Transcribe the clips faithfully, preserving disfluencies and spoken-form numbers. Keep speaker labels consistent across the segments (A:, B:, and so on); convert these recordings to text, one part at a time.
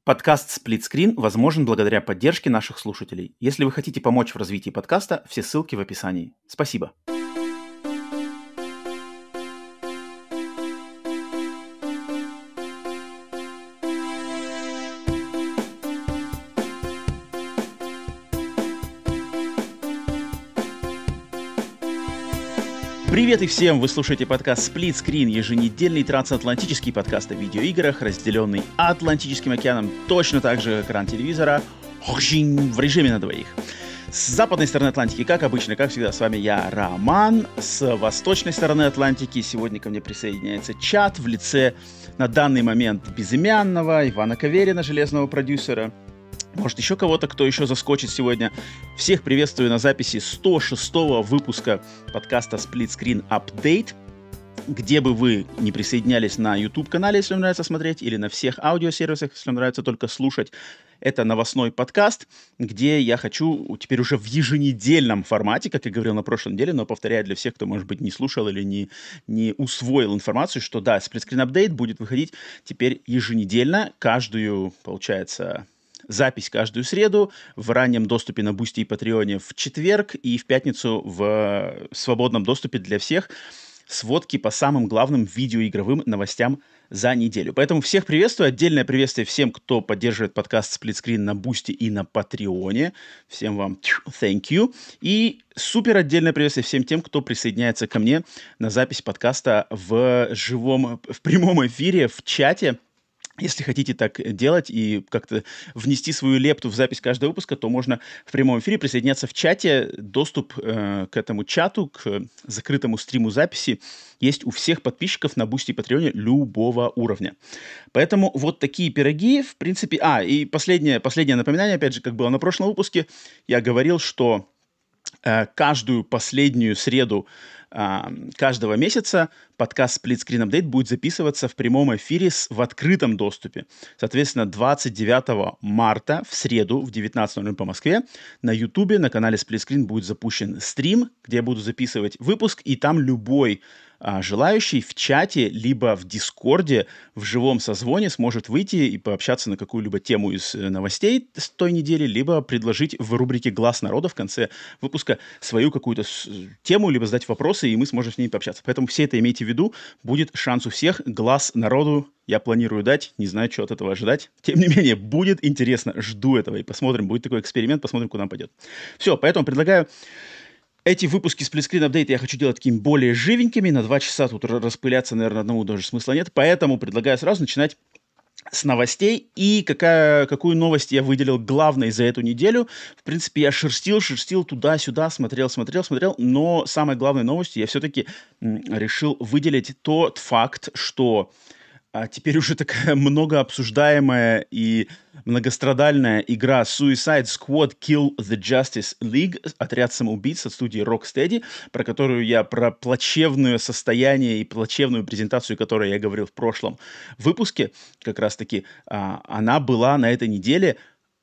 A: Подкаст «Сплитскрин» возможен благодаря поддержке наших слушателей. Если вы хотите помочь в развитии подкаста, все ссылки в описании. Спасибо. Привет и всем! Вы слушаете подкаст «Сплитскрин», еженедельный трансатлантический подкаст о видеоиграх, разделенный Атлантическим океаном, точно так же экран телевизора в режиме на двоих. С западной стороны Атлантики, как обычно, как всегда, с вами я, Роман. С восточной стороны Атлантики сегодня ко мне присоединяется чат в лице на данный момент безымянного Ивана Каверина, железного продюсера. Может, еще кого-то, кто еще заскочит сегодня. Всех приветствую на записи сто шестого выпуска подкаста «Сплитскрин Update». Где бы вы не присоединялись на YouTube-канале, если вам нравится смотреть, или на всех аудиосервисах, если вам нравится только слушать. Это новостной подкаст, где я хочу теперь уже в еженедельном формате, как я говорил на прошлой неделе, но повторяю для всех, кто, может быть, не слушал или не, не усвоил информацию, что да, «Сплитскрин Update» будет выходить теперь еженедельно, каждую, получается... Запись каждую среду, в раннем доступе на Бусти и Патреоне в четверг и в пятницу в свободном доступе для всех сводки по самым главным видеоигровым новостям за неделю. Поэтому всех приветствую. Отдельное приветствие всем, кто поддерживает подкаст «Сплитскрин» на Бусти и на Патреоне. Всем вам thank you. И супер отдельное приветствие всем тем, кто присоединяется ко мне на запись подкаста в живом, в прямом эфире, в чате. Если хотите так делать и как-то внести свою лепту в запись каждого выпуска, то можно в прямом эфире присоединяться в чате. Доступ э, к этому чату, к закрытому стриму записи есть у всех подписчиков на Бусти и Патреоне любого уровня. Поэтому вот такие пироги, в принципе... А, и последнее, последнее напоминание, опять же, как было на прошлом выпуске, я говорил, что э, каждую последнюю среду каждого месяца подкаст «Сплитскрин Update» будет записываться в прямом эфире с, в открытом доступе. Соответственно, двадцать девятого марта в среду в девятнадцать ноль ноль по Москве на Ютубе на канале «Сплитскрин» будет запущен стрим, где я буду записывать выпуск, и там любой а, желающий в чате либо в Дискорде в живом созвоне сможет выйти и пообщаться на какую-либо тему из новостей с той недели, либо предложить в рубрике «Глаз народа» в конце выпуска свою какую-то тему, либо задать вопросы, и мы сможем с ними пообщаться. Поэтому все это имейте в виду. Будет шанс у всех. Глаз народу я планирую дать. Не знаю, что от этого ожидать. Тем не менее, будет интересно. Жду этого. И посмотрим. Будет такой эксперимент. Посмотрим, куда он пойдет. Все, поэтому предлагаю... Эти выпуски «Сплитскрин Update» я хочу делать такими более живенькими. На два часа тут распыляться, наверное, одному даже смысла нет. Поэтому предлагаю сразу начинать с новостей. И какая, какую новость я выделил главной за эту неделю. В принципе, я шерстил, шерстил туда-сюда, смотрел, смотрел, смотрел. Но самой главной новостью я все-таки м, решил выделить тот факт, что а, теперь уже такая многообсуждаемая и многострадальная игра Suicide Squad Kill the Justice League, отряд самоубийц от студии Rocksteady, про которую я, про плачевное состояние и плачевную презентацию, которой я говорил в прошлом выпуске, как раз-таки, а, она была на этой неделе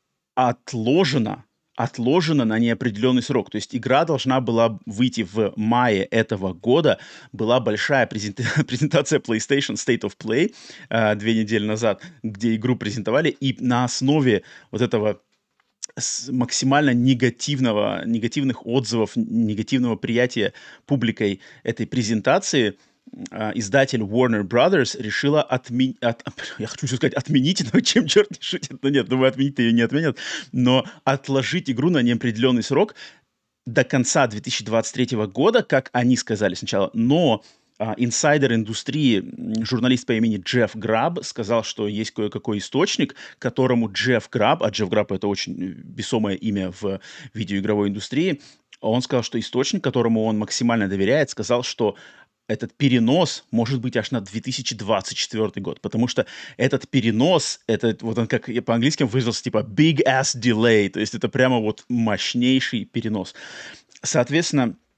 A: отложена, отложена на неопределенный срок. То есть игра должна была выйти в мае этого года. Была большая презента- презентация PlayStation State of Play э, две недели назад, где игру презентовали, и на основе вот этого максимально негативного, негативных отзывов, негативного приятия публикой этой презентации издатель Warner Brothers решила отменить, от, я хочу сказать отменить, но чем черт не шутит, но нет, думаю, отменить-то ее не отменят, но отложить игру на неопределенный срок до конца две тысячи двадцать третьего года, как они сказали сначала, но а, инсайдер индустрии, журналист по имени Джефф Граб, сказал, что есть кое-какой источник, которому Джефф Граб, а Джефф Граб это очень весомое имя в видеоигровой индустрии, он сказал, что источник, которому он максимально доверяет, сказал, что этот перенос может быть аж на две тысячи двадцать четвёртый год, потому что этот перенос, это вот он как по-английски выразился, типа big ass delay, то есть это прямо вот мощнейший перенос. Соответственно,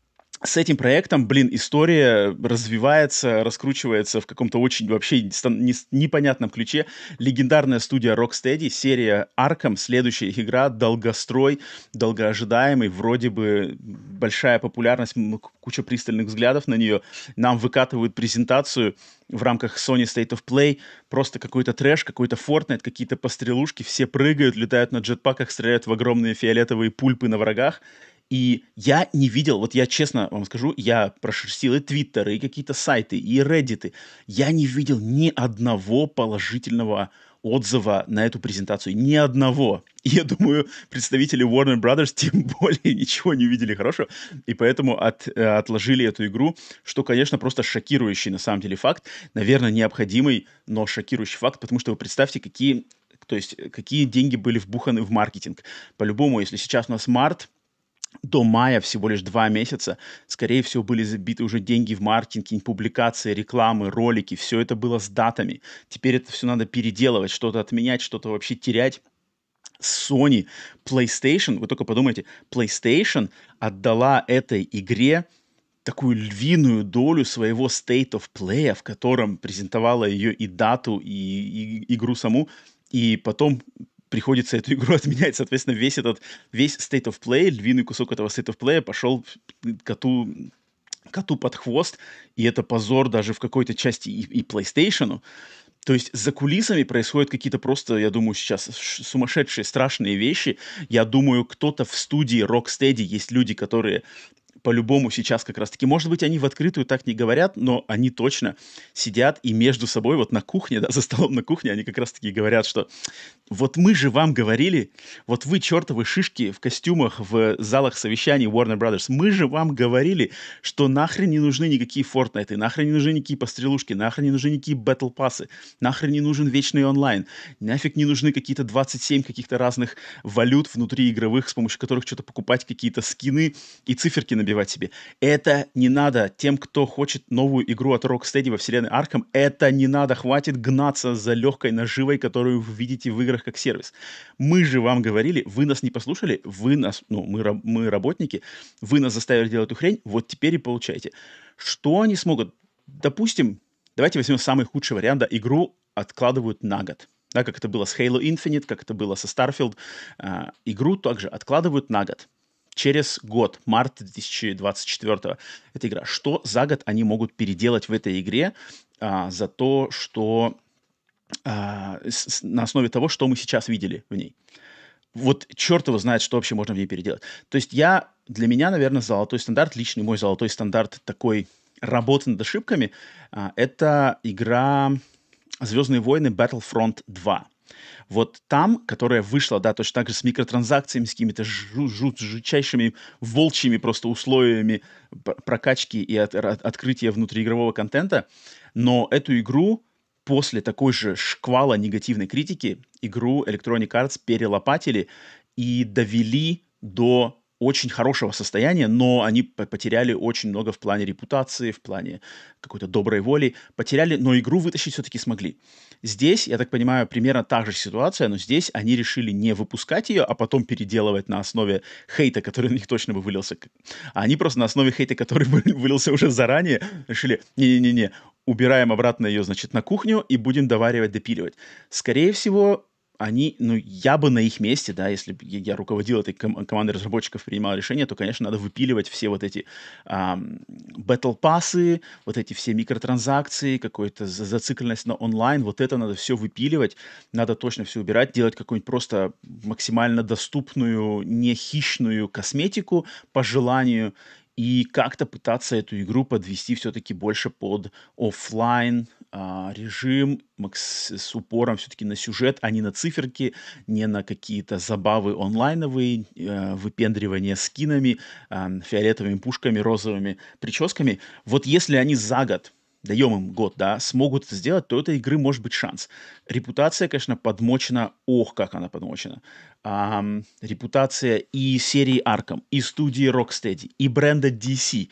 A: с этим проектом, блин, история развивается, раскручивается в каком-то очень вообще стан- не- непонятном ключе. Легендарная студия Rocksteady, серия Arkham, следующая их игра, долгострой, долгоожидаемый, вроде бы большая популярность, м, к- куча пристальных взглядов на нее. Нам выкатывают презентацию в рамках Sony State of Play, просто какой-то трэш, какой-то Fortnite, какие-то пострелушки, все прыгают, летают на джетпаках, стреляют в огромные фиолетовые пульпы на врагах. И я не видел, вот я честно вам скажу, я прошерстил и твиттеры, и какие-то сайты, и реддиты. Я не видел ни одного положительного отзыва на эту презентацию. Ни одного. И я думаю, представители Warner Brothers тем более ничего не увидели хорошего. И поэтому от, э, отложили эту игру, что, конечно, просто шокирующий на самом деле факт. Наверное, необходимый, но шокирующий факт, потому что вы представьте, какие, то есть, э, какие деньги были вбуханы в маркетинг. По-любому, если сейчас у нас март, до мая всего лишь два месяца, скорее всего, были забиты уже деньги в маркетинг, публикации, рекламы, ролики, все это было с датами. Теперь это все надо переделывать, что-то отменять, что-то вообще терять. Sony, PlayStation, вы только подумайте, PlayStation отдала этой игре такую львиную долю своего State of Play, в котором презентовала ее и дату, и, и игру саму, и потом приходится эту игру отменять. Соответственно, весь этот, весь State of Play, львиный кусок этого State of Play пошел коту, коту под хвост, и это позор даже в какой-то части и, и PlayStation. То есть за кулисами происходят какие-то просто, я думаю, сейчас ш- сумасшедшие, страшные вещи. Я думаю, кто-то в студии Rocksteady, есть люди, которые по-любому сейчас как раз-таки, может быть, они в открытую так не говорят, но они точно сидят и между собой вот на кухне, да, за столом на кухне, они как раз-таки говорят, что вот мы же вам говорили, вот вы, чертовы шишки в костюмах в залах совещаний Warner Brothers, мы же вам говорили, что нахрен не нужны никакие Fortnite, нахрен не нужны никакие пострелушки, нахрен не нужны никакие Battle Pass'ы, нахрен не нужен вечный онлайн, нафиг не нужны какие-то двадцать семь каких-то разных валют внутри игровых, с помощью которых что-то покупать, какие-то скины и циферки набивать себе. Это не надо тем, кто хочет новую игру от Rocksteady во вселенной Arkham, это не надо, хватит гнаться за легкой наживой, которую вы видите в играх как сервис. Мы же вам говорили, вы нас не послушали, вы нас, ну, мы, раб- мы работники, вы нас заставили делать эту хрень, вот теперь и получайте. Что они смогут? Допустим, давайте возьмем самый худший вариант, да, игру откладывают на год. Да, как это было с Halo Infinite, как это было со Starfield. А, игру также откладывают на год. Через год, март две тысячи двадцать четвёртого, эта игра. Что за год они могут переделать в этой игре а, за то, что а, с- с- на основе того, что мы сейчас видели в ней? Вот черт его знает, что вообще можно в ней переделать. То есть я, для меня, наверное, золотой стандарт, личный мой золотой стандарт такой работы над ошибками, а, это игра «Звездные войны Battlefront два». Вот там, которая вышла, да, точно так же с микротранзакциями, с какими-то жу- жу- жутчайшими волчьими просто условиями п- прокачки и от- от- открытия внутриигрового контента, но эту игру после такой же шквала негативной критики, игру Electronic Arts перелопатили и довели до очень хорошего состояния, но они по- потеряли очень много в плане репутации, в плане какой-то доброй воли, потеряли, но игру вытащить все-таки смогли. Здесь, я так понимаю, примерно та же ситуация, но здесь они решили не выпускать ее, а потом переделывать на основе хейта, который на них точно бы вылился. А они просто на основе хейта, который бы вылился уже заранее, решили, не-не-не, убираем обратно ее, значит, на кухню и будем доваривать, допиливать. Скорее всего, они, ну, я бы на их месте, да, если бы я я руководил этой ком- командой разработчиков, принимал решение, то, конечно, надо выпиливать все вот эти ам, battle пассы, вот эти все микротранзакции, какую-то за- зацикленность на онлайн, вот это надо все выпиливать, надо точно все убирать, делать какую-нибудь просто максимально доступную, не хищную косметику по желанию, и как-то пытаться эту игру подвести все-таки больше под оффлайн а, режим, макс- с упором все-таки на сюжет, а не на циферки, не на какие-то забавы онлайновые, э, выпендривание скинами, а, фиолетовыми пушками, розовыми прическами. Вот если они за год, даем им год, да, смогут это сделать, то у этой игры может быть шанс. Репутация, конечно, подмочена, ох, как она подмочена. Ам, репутация и серии Arkham, и студии Rocksteady, и бренда ди си,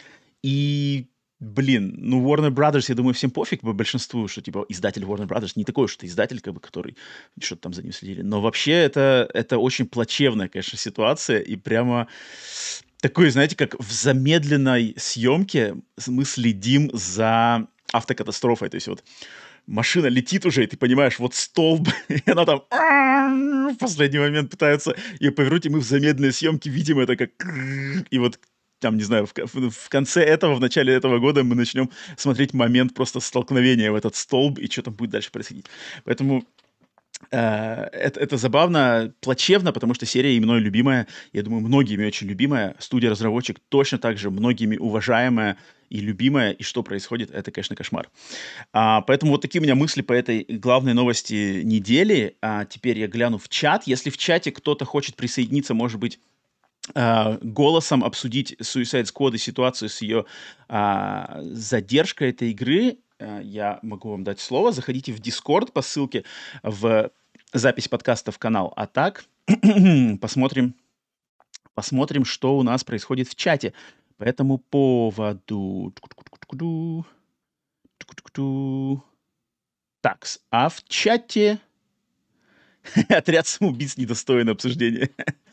A: и, блин, ну, Warner Brothers, я думаю, всем пофиг по большинству, что, типа, издатель Warner Brothers не такой уж это издатель, как бы, который что-то там за ним следили. Но вообще это, это очень плачевная, конечно, ситуация, и прямо такой, знаете, как в замедленной съемке мы следим за автокатастрофой. То есть вот машина летит уже, и ты понимаешь, вот столб, и она там в последний момент пытается ее повернуть, и мы в замедленной съемке видим это как... И вот там, не знаю, в, в конце этого, в начале этого года мы начнем смотреть момент просто столкновения в этот столб, и что там будет дальше происходить. Поэтому э, это, это забавно, плачевно, потому что серия и мной любимая, я думаю, многими очень любимая, студия-разработчик точно так же многими уважаемая и любимая, и что происходит, это, конечно, кошмар. А, поэтому вот такие у меня мысли по этой главной новости недели. А, теперь я гляну в чат. Если в чате кто-то хочет присоединиться, может быть, а, голосом обсудить Suicide Squad и ситуацию с ее а, задержкой этой игры, а, я могу вам дать слово. Заходите в Discord по ссылке в запись подкаста в канал. А так, посмотрим, посмотрим, что у нас происходит в чате. По этому поводу... Так, а в чате... Отряд самоубийц недостоин обсуждения.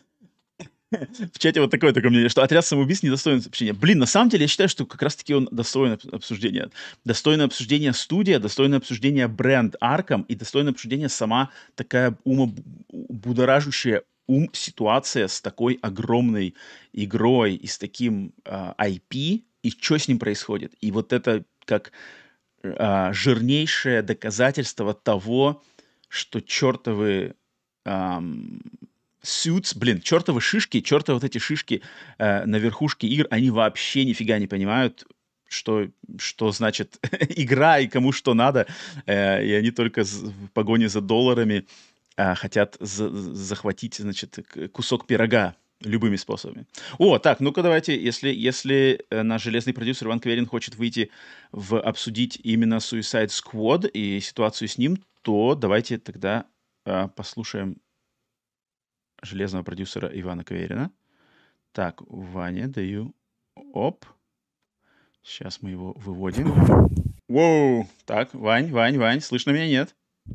A: В чате вот такое такое мнение, что отряд самоубийц недостоин обсуждения. Блин, на самом деле я считаю, что как раз-таки он достоин обсуждения. Достойно обсуждения студия, достойно обсуждения бренд Arkham и достойно обсуждения сама такая умобудоражащая ум ситуация с такой огромной игрой и с таким э, ай пи, и что с ним происходит. И вот это как э, жирнейшее доказательство того, что чертовы эм, suits, блин, чертовы шишки, чертовы вот эти шишки э, на верхушке игр, они вообще нифига не понимают, что, что значит игра и кому что надо, э, и они только в погоне за долларами а, хотят за- захватить, значит, к- кусок пирога любыми способами. О, так, ну-ка давайте, если, если э, наш железный продюсер Иван Каверин хочет выйти в обсудить именно Suicide Squad и ситуацию с ним, то давайте тогда а, послушаем железного продюсера Ивана Каверина. Так, Ваня, даю... Оп. Сейчас мы его выводим. Воу. Так, Вань, Вань, Вань, слышно меня, нет?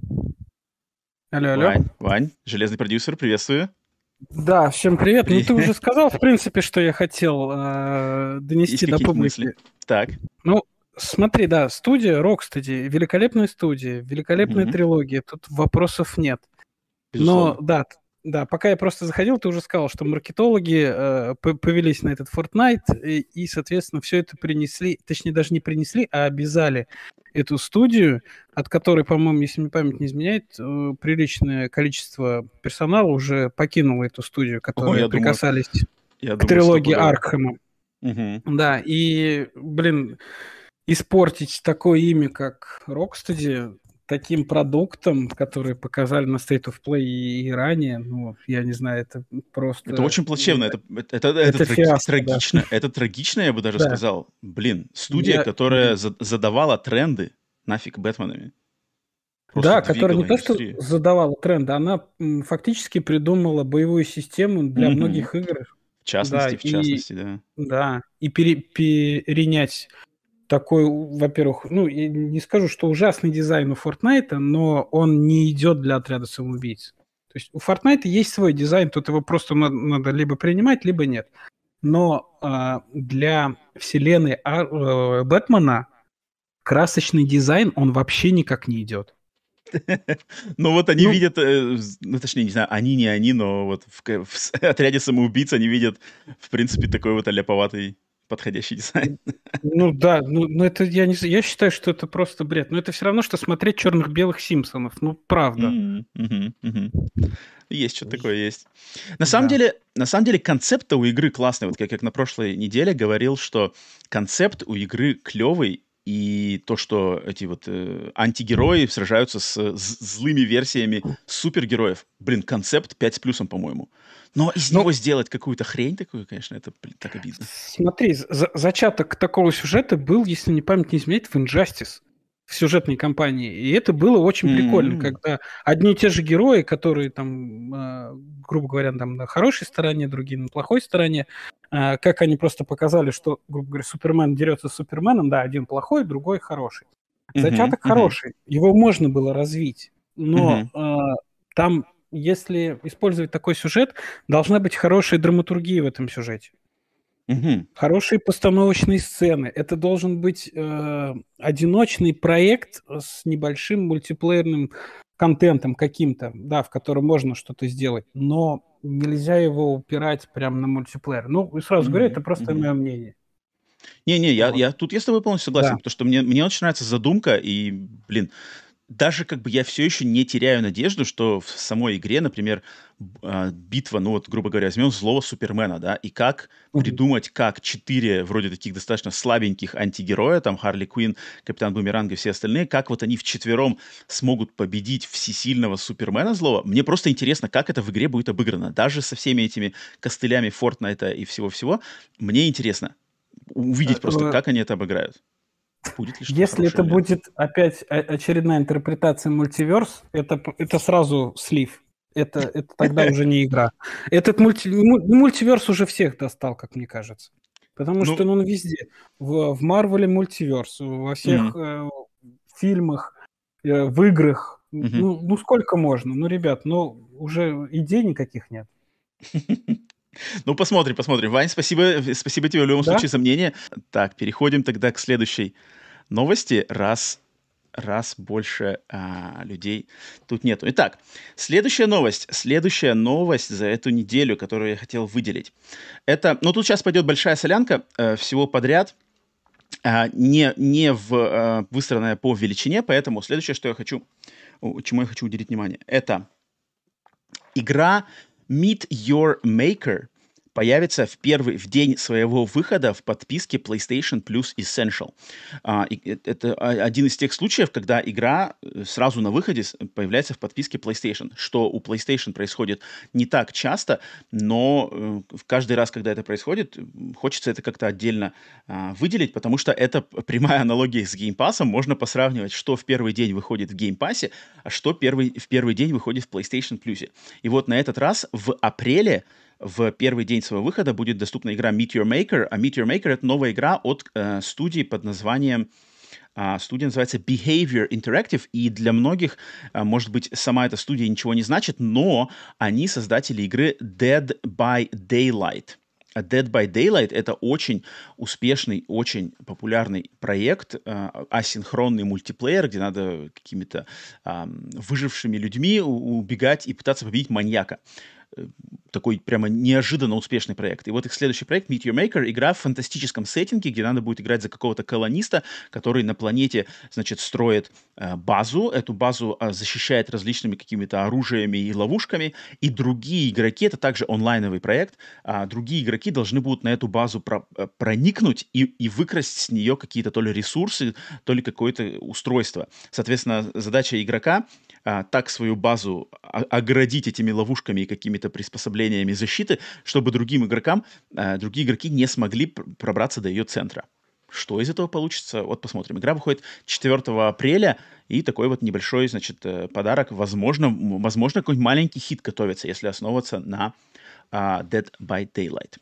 B: Алло, алло.
A: Вань, Вань, железный продюсер, приветствую.
B: Да, всем привет. Ну,
A: При-
B: ты уже сказал, в принципе, что я хотел э,
A: Есть
B: донести до
A: какие-то
B: публики.
A: мысли? Так.
B: Ну, смотри, да, студия, Rocksteady, великолепная студия, великолепная
A: Мгм.
B: трилогия, тут вопросов нет. Но,
A: Безусловно.
B: да, т- да, пока я просто заходил, ты уже сказал, что маркетологи э, п- повелись на этот Fortnite и, и, соответственно, все это принесли, точнее, даже не принесли, а обязали эту студию, от которой, по-моему, если мне память не изменяет, э, приличное количество персонала уже покинуло эту студию,
A: О,
B: которые
A: я думаю,
B: прикасались
A: я
B: к
A: думаю,
B: трилогии
A: стопудово.
B: Аркхема.
A: Мгм.
B: Да, и, блин, испортить такое имя, как Rocksteady, таким продуктом, который показали на State of Play и, и ранее, ну, я не знаю, это просто...
A: Это очень плачевно,
B: э,
A: это, это, это, это
B: Это
A: траги-
B: фиаско, да.
A: трагично, это трагично, я бы даже
B: Да,
A: сказал. Блин, студия,
B: я...
A: которая за- задавала тренды, нафиг, Бэтменами, просто
B: Да, которая не
A: двигала
B: то что
A: индустрию.
B: задавала тренды, она м, фактически придумала боевую систему для
A: Мгм.
B: многих игр.
A: В частности,
B: Да,
A: в
B: и,
A: частности, да.
B: да, и пере- перенять такой, у- во-первых, ну, я не скажу, что ужасный дизайн у Fortnite, но он не идет для отряда самоубийц. То есть у Fortnite есть свой дизайн, тут его просто надо, надо либо принимать, либо нет. Но а, для вселенной Ар- э, Бэтмена красочный дизайн, он вообще никак не идет.
A: Ну вот они
B: Ну,
A: видят, э, з- ну точнее, не знаю, они не они, но вот в, ка- в с- отряде самоубийц они видят, в принципе, такой вот аляповатый подходящий дизайн.
B: ну да, ну, ну это я не знаю, я считаю, что это просто бред. Но это все равно, что смотреть черных-белых Симпсонов. Ну, правда.
A: М, мгм, мгм. Есть что такое, есть. На самом
B: Да.
A: деле, на самом деле концепт у игры классный. Вот как, как на прошлой неделе говорил, что концепт у игры клевый, и то, что эти вот э, антигерои сражаются с, з- злыми версиями супергероев. Блин, концепт пять с плюсом, по-моему. Но из
B: Ну,
A: него сделать какую-то хрень такую, конечно, это, блин, так обидно.
B: смотри, за- зачаток такого сюжета был, если мне память не изменяет, в Injustice, в сюжетной кампании. И это было очень прикольно,
A: М,
B: когда одни и те же герои, которые там, э, грубо говоря, там на хорошей стороне, другие на плохой стороне, э, как они просто показали, что, грубо говоря, Супермен дерется с Суперменом, да, один плохой, другой хороший.
A: мгм,
B: Зачаток
A: мгм,
B: хороший, его можно было развить, но
A: мгм.
B: э, там, если использовать такой сюжет, должна быть хорошая драматургия в этом сюжете.
A: Мгм.
B: Хорошие постановочные сцены. Это должен быть э, одиночный проект с небольшим мультиплеерным контентом каким-то, да, в котором можно что-то сделать, но нельзя его упирать прямо на мультиплеер. Ну, и сразу говорю, это
A: Мгм.
B: просто
A: Мгм.
B: мое мнение.
A: Не-не, я,
B: Вот.
A: я тут я с тобой полностью согласен,
B: Да.
A: потому что мне, мне очень нравится задумка, и, блин, даже как бы я все еще не теряю надежду, что в самой игре, например, б- а, битва, ну вот, грубо говоря, возьмем злого Супермена, да, и как
B: Мгм.
A: придумать, как четыре вроде таких достаточно слабеньких антигероя, там Харли Квинн, Капитан Бумеранг и все остальные, как вот они вчетвером смогут победить всесильного Супермена злого. Мне просто интересно, как это в игре будет обыграно. Даже со всеми этими костылями Фортнайта и всего-всего, мне интересно
B: Э,
A: увидеть просто,
B: э,
A: как они это обыграют. Будет ли что-то
B: Если
A: хорошее
B: это
A: или нет.
B: будет опять о- очередная интерпретация мультиверс, это, п- это сразу слив. Это, это тогда уже не игра. Этот мульти, му- мультиверс уже всех достал, как мне кажется. Потому что
A: Ну,
B: ну, он везде. В, в Марвеле мультиверс, во всех
A: мгм,
B: э, фильмах, э, в играх.
A: мгм.
B: Ну, ну сколько можно? Ну, ребят, ну уже идей никаких нет.
A: Ну, посмотрим, посмотрим. Вань, спасибо, э, спасибо тебе в любом
B: Да?
A: случае за мнение. Так, переходим тогда к следующей новости, раз, раз больше а, людей тут нету. Итак, следующая новость, следующая новость за эту неделю, которую я хотел выделить. Это, ну, тут сейчас пойдет большая солянка э, всего подряд, а, не, не в, э, выстроенная по величине, поэтому следующее, что я хочу, о, чему я хочу уделить внимание, это игра Meet Your Maker появится в первый в день своего выхода в подписке PlayStation Plus Essential. А, и э- это а, один из тех случаев, когда игра э, сразу на выходе с- появляется в подписке PlayStation, что у PlayStation происходит не так часто, но э, в каждый раз, когда это происходит, м, хочется это как-то отдельно а, выделить, потому что это п- прямая аналогия с Game Pass. Можно посравнивать, что в первый день выходит в Game Pass, а что первый, в первый день выходит в PlayStation Plus. И вот на этот раз в апреле в первый день своего выхода будет доступна игра Meet Your Maker, а Meet Your Maker — это новая игра от э, студии под названием а, студия называется Behavior Interactive, и для многих, а, может быть, сама эта студия ничего не значит, но они создатели игры Dead by Daylight. А Dead by Daylight — это очень успешный, очень популярный проект, а, асинхронный мультиплеер, где надо какими-то ам, выжившими людьми у- убегать и пытаться победить маньяка. Э, Такой прямо неожиданно успешный проект. И вот их следующий проект Meet Your Maker — игра в фантастическом сеттинге, где надо будет играть за какого-то колониста, который на планете, значит, строит э, базу. Эту базу э, защищает различными какими-то оружиями и ловушками. И другие игроки, это также онлайновый проект, а другие игроки должны будут на эту базу про- э, проникнуть и, и выкрасть с нее какие-то то ли ресурсы, то ли какое-то устройство. Соответственно, задача игрока а, так свою базу о- оградить этими ловушками и какими-то приспособлениями защиты, чтобы другим игрокам, а, другие игроки не смогли пр- пробраться до ее центра. Что из этого получится? Вот посмотрим. Игра выходит четвёртого апреля, и такой вот небольшой, значит, э, подарок. Возможно, м, возможно, какой-нибудь маленький хит готовится, если основываться на а, Dead by Daylight.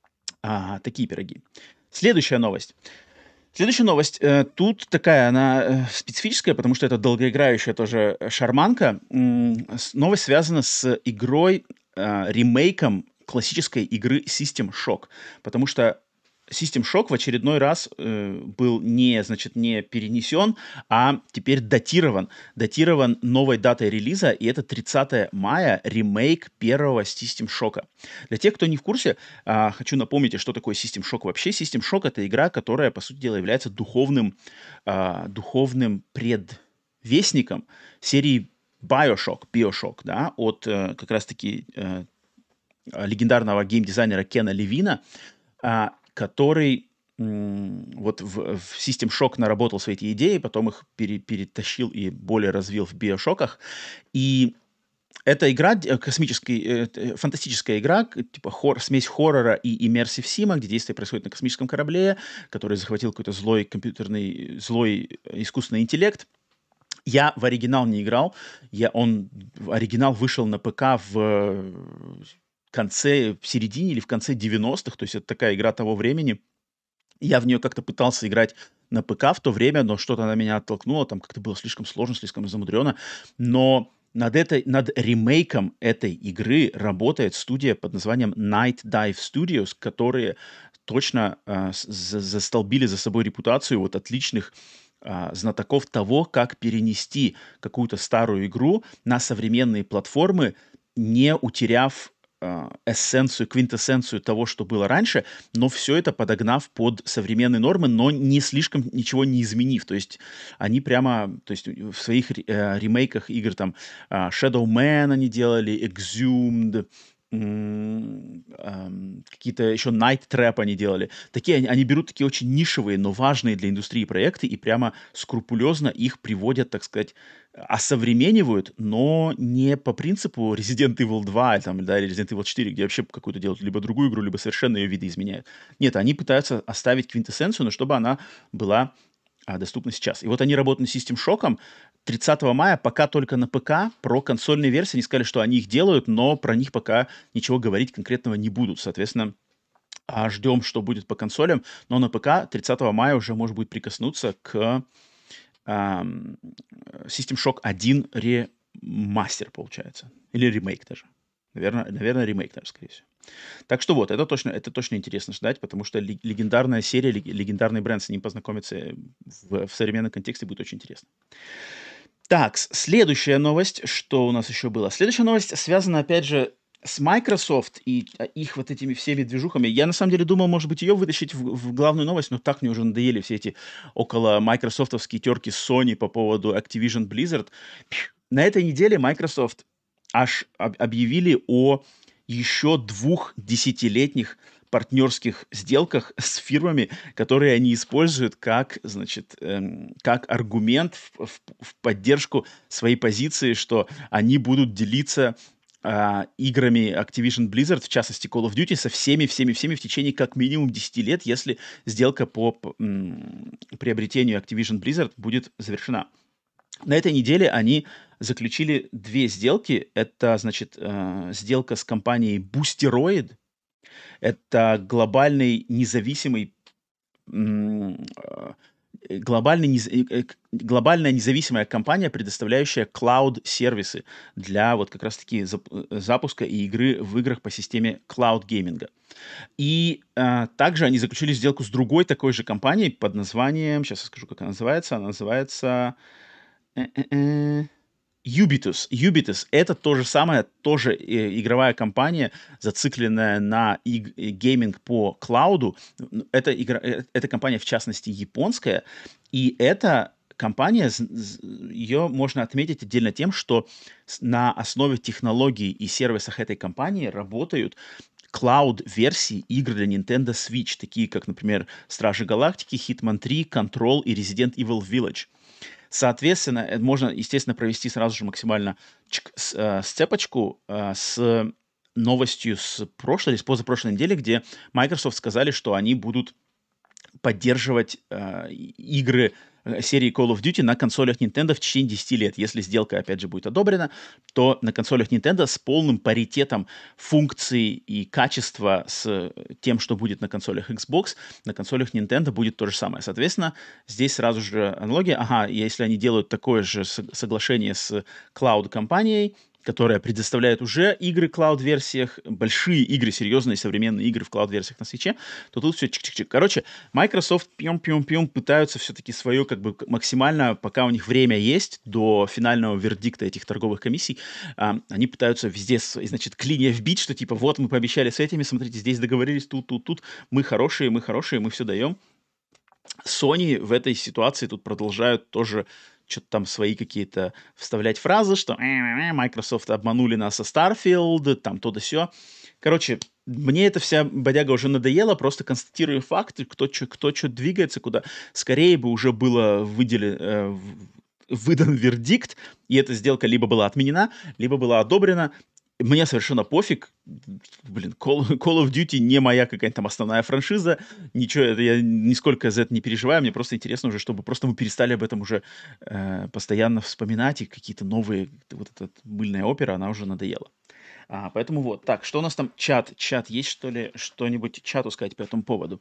A: А, такие пироги. Следующая новость. Следующая новость. Э, Тут такая, она э, специфическая, потому что это долгоиграющая тоже э, шарманка. М, с- Новость связана с игрой, э, ремейком классической игры System Shock. Потому что System Shock в очередной раз э, был не, значит, не перенесен, а теперь датирован. Датирован новой датой релиза, и это тридцатое мая, ремейк первого System Shock. Для тех, кто не в курсе, а, хочу напомнить, что такое System Shock вообще. System Shock — это игра, которая, по сути дела, является духовным, а, духовным предвестником серии Bioshock, Bioshock, да, от э, как раз-таки э, легендарного геймдизайнера Кена Левина, а, который м, вот в, в System Shock наработал свои эти идеи, потом их пере- перетащил и более развил в Биошоках. И эта игра, д- космический, э, т- фантастическая игра, к- типа хор- смесь хоррора и иммерсив сима, где действие происходит на космическом корабле, который захватил какой-то злой компьютерный, злой э, искусственный интеллект. Я в оригинал не играл. Я, он, оригинал вышел на ПК в э, конце, в середине или в конце девяностых, то есть это такая игра того времени. Я в нее как-то пытался играть на ПК в то время, но что-то на меня оттолкнуло, там как-то было слишком сложно, слишком замудрено. Но над, этой, над ремейком этой игры работает студия под названием Night Dive Studios, которые точно а, с- за- застолбили за собой репутацию вот отличных а, знатоков того, как перенести какую-то старую игру на современные платформы, не утеряв а, эссенцию, квинтэссенцию того, что было раньше, но все это подогнав под современные нормы, но не слишком ничего не изменив. То есть они прямо, то есть в своих ре- э, ремейках игр там а, Shadow Man они делали, Exhumed, м, ам, какие-то еще Night Trap они делали. Такие, они, они берут такие очень нишевые, но важные для индустрии проекты и прямо скрупулезно их приводят, так сказать, осовременивают, но не по принципу Resident Evil два там, да, или Resident Evil четыре, где вообще какую-то делают либо другую игру, либо совершенно ее видоизменяют. Нет, они пытаются оставить квинтэссенцию, но чтобы она была а, доступна сейчас. И вот они работают над System Shock тридцатого мая, пока только на ПК. Про консольные версии они сказали, что они их делают, но про них пока ничего говорить конкретного не будут. Соответственно, а, ждем, что будет по консолям. Но на ПК тридцатого мая уже можно будет прикоснуться к ам, System Shock один ремастер, получается. Или ремейк даже. Наверное, наверное, ремейк даже, скорее всего. Так что вот, это точно, это точно интересно ждать, потому что ле- легендарная серия, лег- легендарный бренд, с ним познакомиться в, в современном контексте будет очень интересно. Так, с- следующая новость, что у нас еще было? Следующая новость связана, опять же, с Microsoft и а, их вот этими всеми движухами. Я на самом деле думал, может быть, ее вытащить в, в главную новость, но так мне уже надоели все эти около майкрософтовские терки с Sony по поводу Activision Blizzard. Пф, На этой неделе Microsoft аж об- объявили о еще двух десятилетних партнерских сделках с фирмами, которые они используют как, значит, эм, как аргумент в, в- в поддержку своей позиции, что они будут делиться а, играми Activision Blizzard, в частности Call of Duty, со всеми, всеми, всеми в течение как минимум десяти лет, если сделка по п- м, приобретению Activision Blizzard будет завершена. На этой неделе они заключили две сделки. Это, значит, э, сделка с компанией Boosteroid. Это глобальный независимый м, э, глобальный, нез- э, э, к- глобальная независимая компания, предоставляющая клауд-сервисы для вот как раз-таки зап- э, запуска и игры в играх по системе клауд-гейминга. И э, также они заключили сделку с другой такой же компанией под названием, сейчас я скажу, как она называется, она называется э-э-э, Ubitus. Ubitus — это то же самое, тоже э, игровая компания, зацикленная на иг- э, гейминг по клауду. Н- Это, игра, э, эта компания, в частности, японская, и эта компания, з- з- ее можно отметить отдельно тем, что с- на основе технологий и сервисах этой компании работают клауд-версии игр для Nintendo Switch, такие как, например, Стражи Галактики, Hitman три, Control и Resident Evil Village. Соответственно, э, можно, естественно, провести сразу же максимально чик- с- э, сцепочку э, с новостью с прошлой или с позапрошлой недели, где Microsoft сказали, что они будут поддерживать э, и- игры э, серии Call of Duty на консолях Nintendo в течение десяти лет. Если сделка, опять же, будет одобрена, то на консолях Nintendo с полным паритетом функций и качества с э, тем, что будет на консолях Xbox, на консолях Nintendo будет то же самое. Соответственно, здесь сразу же аналогия. Ага, если они делают такое же с- соглашение с клауд-компанией, которая предоставляет уже игры в клауд-версиях, большие игры, серьезные современные игры в клауд-версиях на свече, то тут все чик-чик-чик. Короче, Microsoft пьем-пьем-пьем пытаются все-таки свое как бы максимально, пока у них время есть до финального вердикта этих торговых комиссий, а, они пытаются везде, с- значит, клинья вбить, что типа вот мы пообещали с этими, смотрите, здесь договорились, тут, тут, тут, мы хорошие, мы хорошие, мы все даем. Sony в этой ситуации тут продолжают тоже что-то там свои какие-то вставлять фразы, что «Э-э-э, Microsoft обманули нас со Starfield, там то да сё. Короче, мне эта вся бодяга уже надоела, просто констатирую факты, кто что кто чё двигается, куда. Скорее бы уже было выделено, э, в- выдан вердикт, и эта сделка либо была отменена, либо была одобрена. Мне совершенно пофиг. Блин, Call, Call of Duty не моя какая-то там основная франшиза. Ничего, это я нисколько за это не переживаю. Мне просто интересно уже, чтобы просто мы перестали об этом уже э, постоянно вспоминать, и какие-то новые, вот эта мыльная опера, она уже надоела. А, поэтому вот. Так, что у нас там? Чат. Чат есть, что ли? Что-нибудь чату сказать по этому поводу?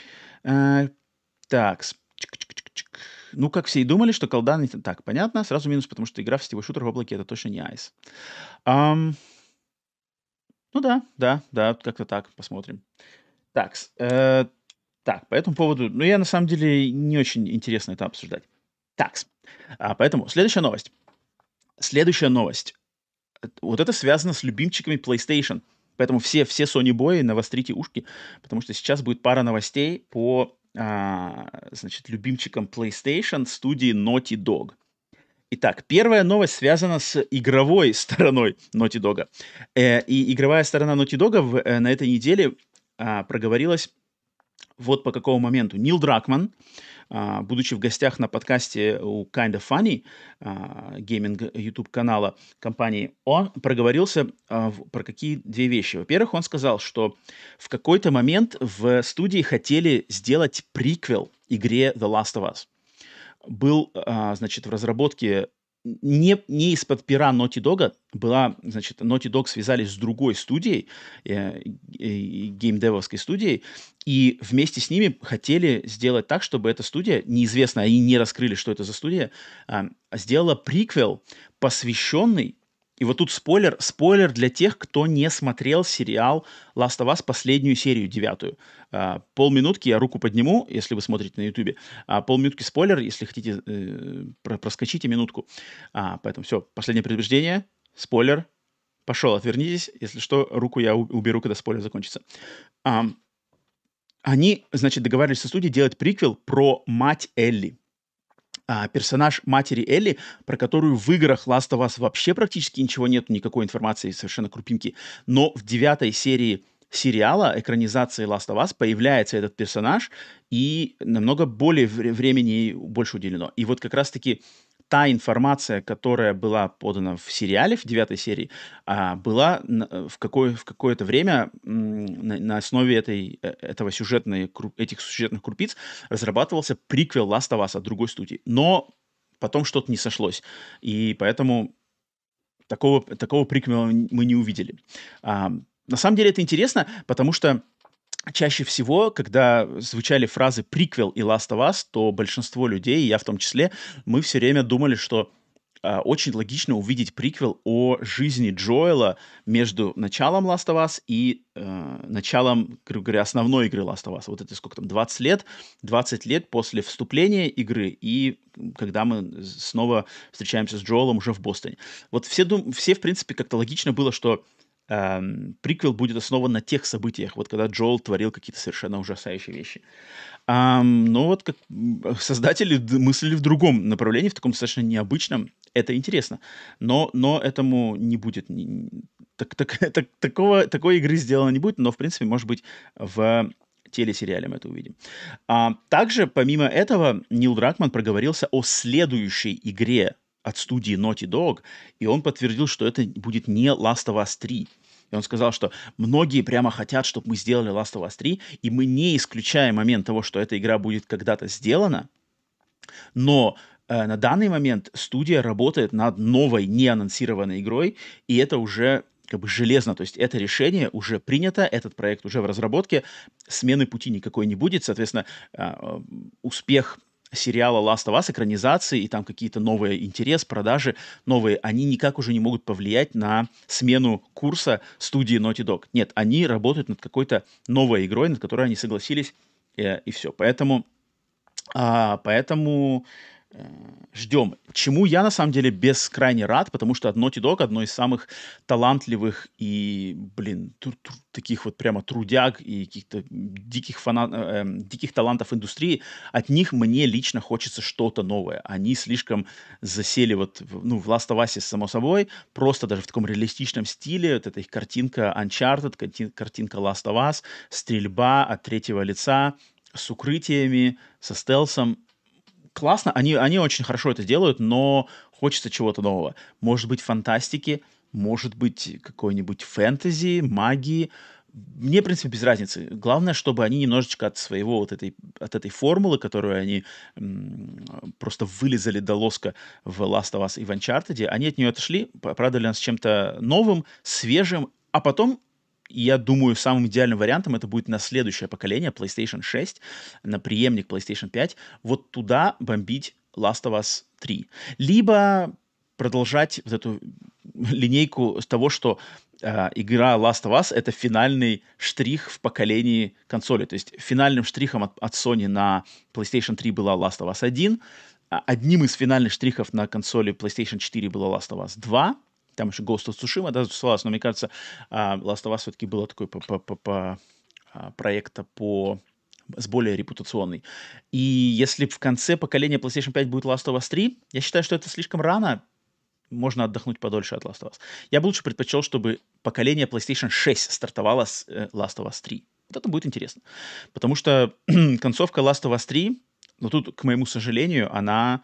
A: Э, так, с- чик-чик-чик-чик. Ну, как все и думали, что колда... не- Так, понятно. Сразу минус, потому что игра в сетевой шутер в облаке — это точно не айс. Ам, ну да, да, да, как-то так, посмотрим. Так, э, так, по этому поводу, ну, я на самом деле не очень интересно это обсуждать. Так, а, поэтому следующая новость. Следующая новость. Эт- Вот это связано с любимчиками PlayStation. Поэтому все, все Sony бои навострите ушки, потому что сейчас будет пара новостей по, а, значит, любимчикам PlayStation студии Naughty Dog. Итак, первая новость связана с игровой стороной Naughty Dog. Э, и игровая сторона Naughty Dog в, э, на этой неделе а, проговорилась вот по какому моменту. Нил Дракман, а, будучи в гостях на подкасте у Kinda Funny, а, гейминг YouTube канала компании, он проговорился а, в- про какие две вещи. Во-первых, он сказал, что в какой-то момент в студии хотели сделать приквел игре The Last of Us. Был, а, значит, в разработке не, не из-под пера Naughty Dog, была, значит, Naughty Dog связались с другой студией, э, э, геймдевовской студией, и вместе с ними хотели сделать так, чтобы эта студия, неизвестно, они не раскрыли, что это за студия, а, сделала приквел, посвященный, и вот тут спойлер, спойлер для тех, кто не смотрел сериал Last of Us последнюю серию, девятую. А, полминутки, я руку подниму, если вы смотрите на Ютубе. А, полминутки спойлер, если хотите, э, про- проскочите минутку. А, поэтому все, последнее предупреждение, спойлер, пошел, отвернитесь, если что, руку я у- уберу, когда спойлер закончится. Ам, они, значит, договаривались со студией делать приквел про мать Элли. А, персонаж матери Элли, про которую в играх Last of Us вообще практически ничего нет, никакой информации, совершенно крупинки. Но в девятой серии сериала, экранизации Last of Us, появляется этот персонаж, и намного более вре- времени больше уделено. И вот как раз-таки та информация, которая была подана в сериале, в девятой серии, а, была на- э, в, какое, в какое-то время м, на, на основе этой, э, этого сюжетной, кру- этих сюжетных крупиц разрабатывался приквел Last of Us от другой студии. Но потом что-то не сошлось. И поэтому такого, такого приквела мы не увидели. А, на самом деле это интересно, потому что чаще всего, когда звучали фразы «приквел» и «Last of Us», то большинство людей, и я в том числе, мы все время думали, что а, очень логично увидеть приквел о жизни Джоэла между началом Last of Us и э, началом, грубо говоря, основной игры Last of Us. Вот это сколько там, двадцать лет? двадцать лет после вступления игры и когда мы снова встречаемся с Джоэлом уже в Бостоне. Вот все, дум- все в принципе, как-то логично было, что эм, приквел будет основан на тех событиях, вот когда Джоэл творил какие-то совершенно ужасающие вещи. Ам, но вот как м, создатели д- мыслили в другом направлении, в таком достаточно необычном. Это интересно. Но, но этому не будет. ни- ни- так, так- так- такого, такой игры сделано не будет, но, в принципе, может быть, в телесериале мы это увидим. А, также, помимо этого, Нил Дракман проговорился о следующей игре от студии Naughty Dog, и он подтвердил, что это будет не Last of Us три. И он сказал, что многие прямо хотят, чтобы мы сделали Last of Us три, и мы не исключаем момент того, что эта игра будет когда-то сделана, но э, на данный момент студия работает над новой неанонсированной игрой, и это уже как бы железно, то есть это решение уже принято, этот проект уже в разработке, смены пути никакой не будет, соответственно, э, успех сериала Last of Us, экранизации, и там какие-то новые интерес, продажи новые, они никак уже не могут повлиять на смену курса студии Naughty Dog. Нет, они работают над какой-то новой игрой, над которой они согласились, э, и все. Поэтому а, поэтому э, ждем. Чему я на самом деле бескрайне рад, потому что от Naughty Dog одно из самых талантливых и, блин, тру- тру- таких вот прямо трудяг и каких-то диких, фана- э, эм, диких талантов индустрии. От них мне лично хочется что-то новое. Они слишком засели вот, в, ну, в Last of Us, само собой, просто даже в таком реалистичном стиле. Вот эта их картинка Uncharted, карти- картинка Last of Us, стрельба от третьего лица, с укрытиями, со стелсом. Классно, они, они очень хорошо это делают, но хочется чего-то нового. Может быть, фантастики, может быть, какой-нибудь фэнтези, магии. Мне, в принципе, без разницы. Главное, чтобы они немножечко от своего вот этой, от этой формулы, которую они м, просто вылезали до лоска в Last of Us и в Uncharted, они от нее отошли, порадовали нас чем-то новым, свежим, а потом я думаю, самым идеальным вариантом это будет на следующее поколение, PlayStation шесть, на преемник PlayStation пять, вот туда бомбить Last of Us три. Либо продолжать вот эту линейку с того, что э, игра Last of Us — это финальный штрих в поколении консолей. То есть финальным штрихом от, от Sony на PlayStation три была Last of Us один, а одним из финальных штрихов на консоли PlayStation четыре была Last of Us два, там еще Ghost of Tsushima, да, тусовалась, но мне кажется, а, Last of Us все-таки было такой по, по, по, по а, проекта по с более репутационный. И если в конце поколения PlayStation пять будет Last of Us три, я считаю, что это слишком рано. Можно отдохнуть подольше от Last of Us. Я бы лучше предпочел, чтобы поколение PlayStation шесть стартовало с э, Last of Us три. Вот это будет интересно. Потому что концовка Last of Us три, ну тут, к моему сожалению, она...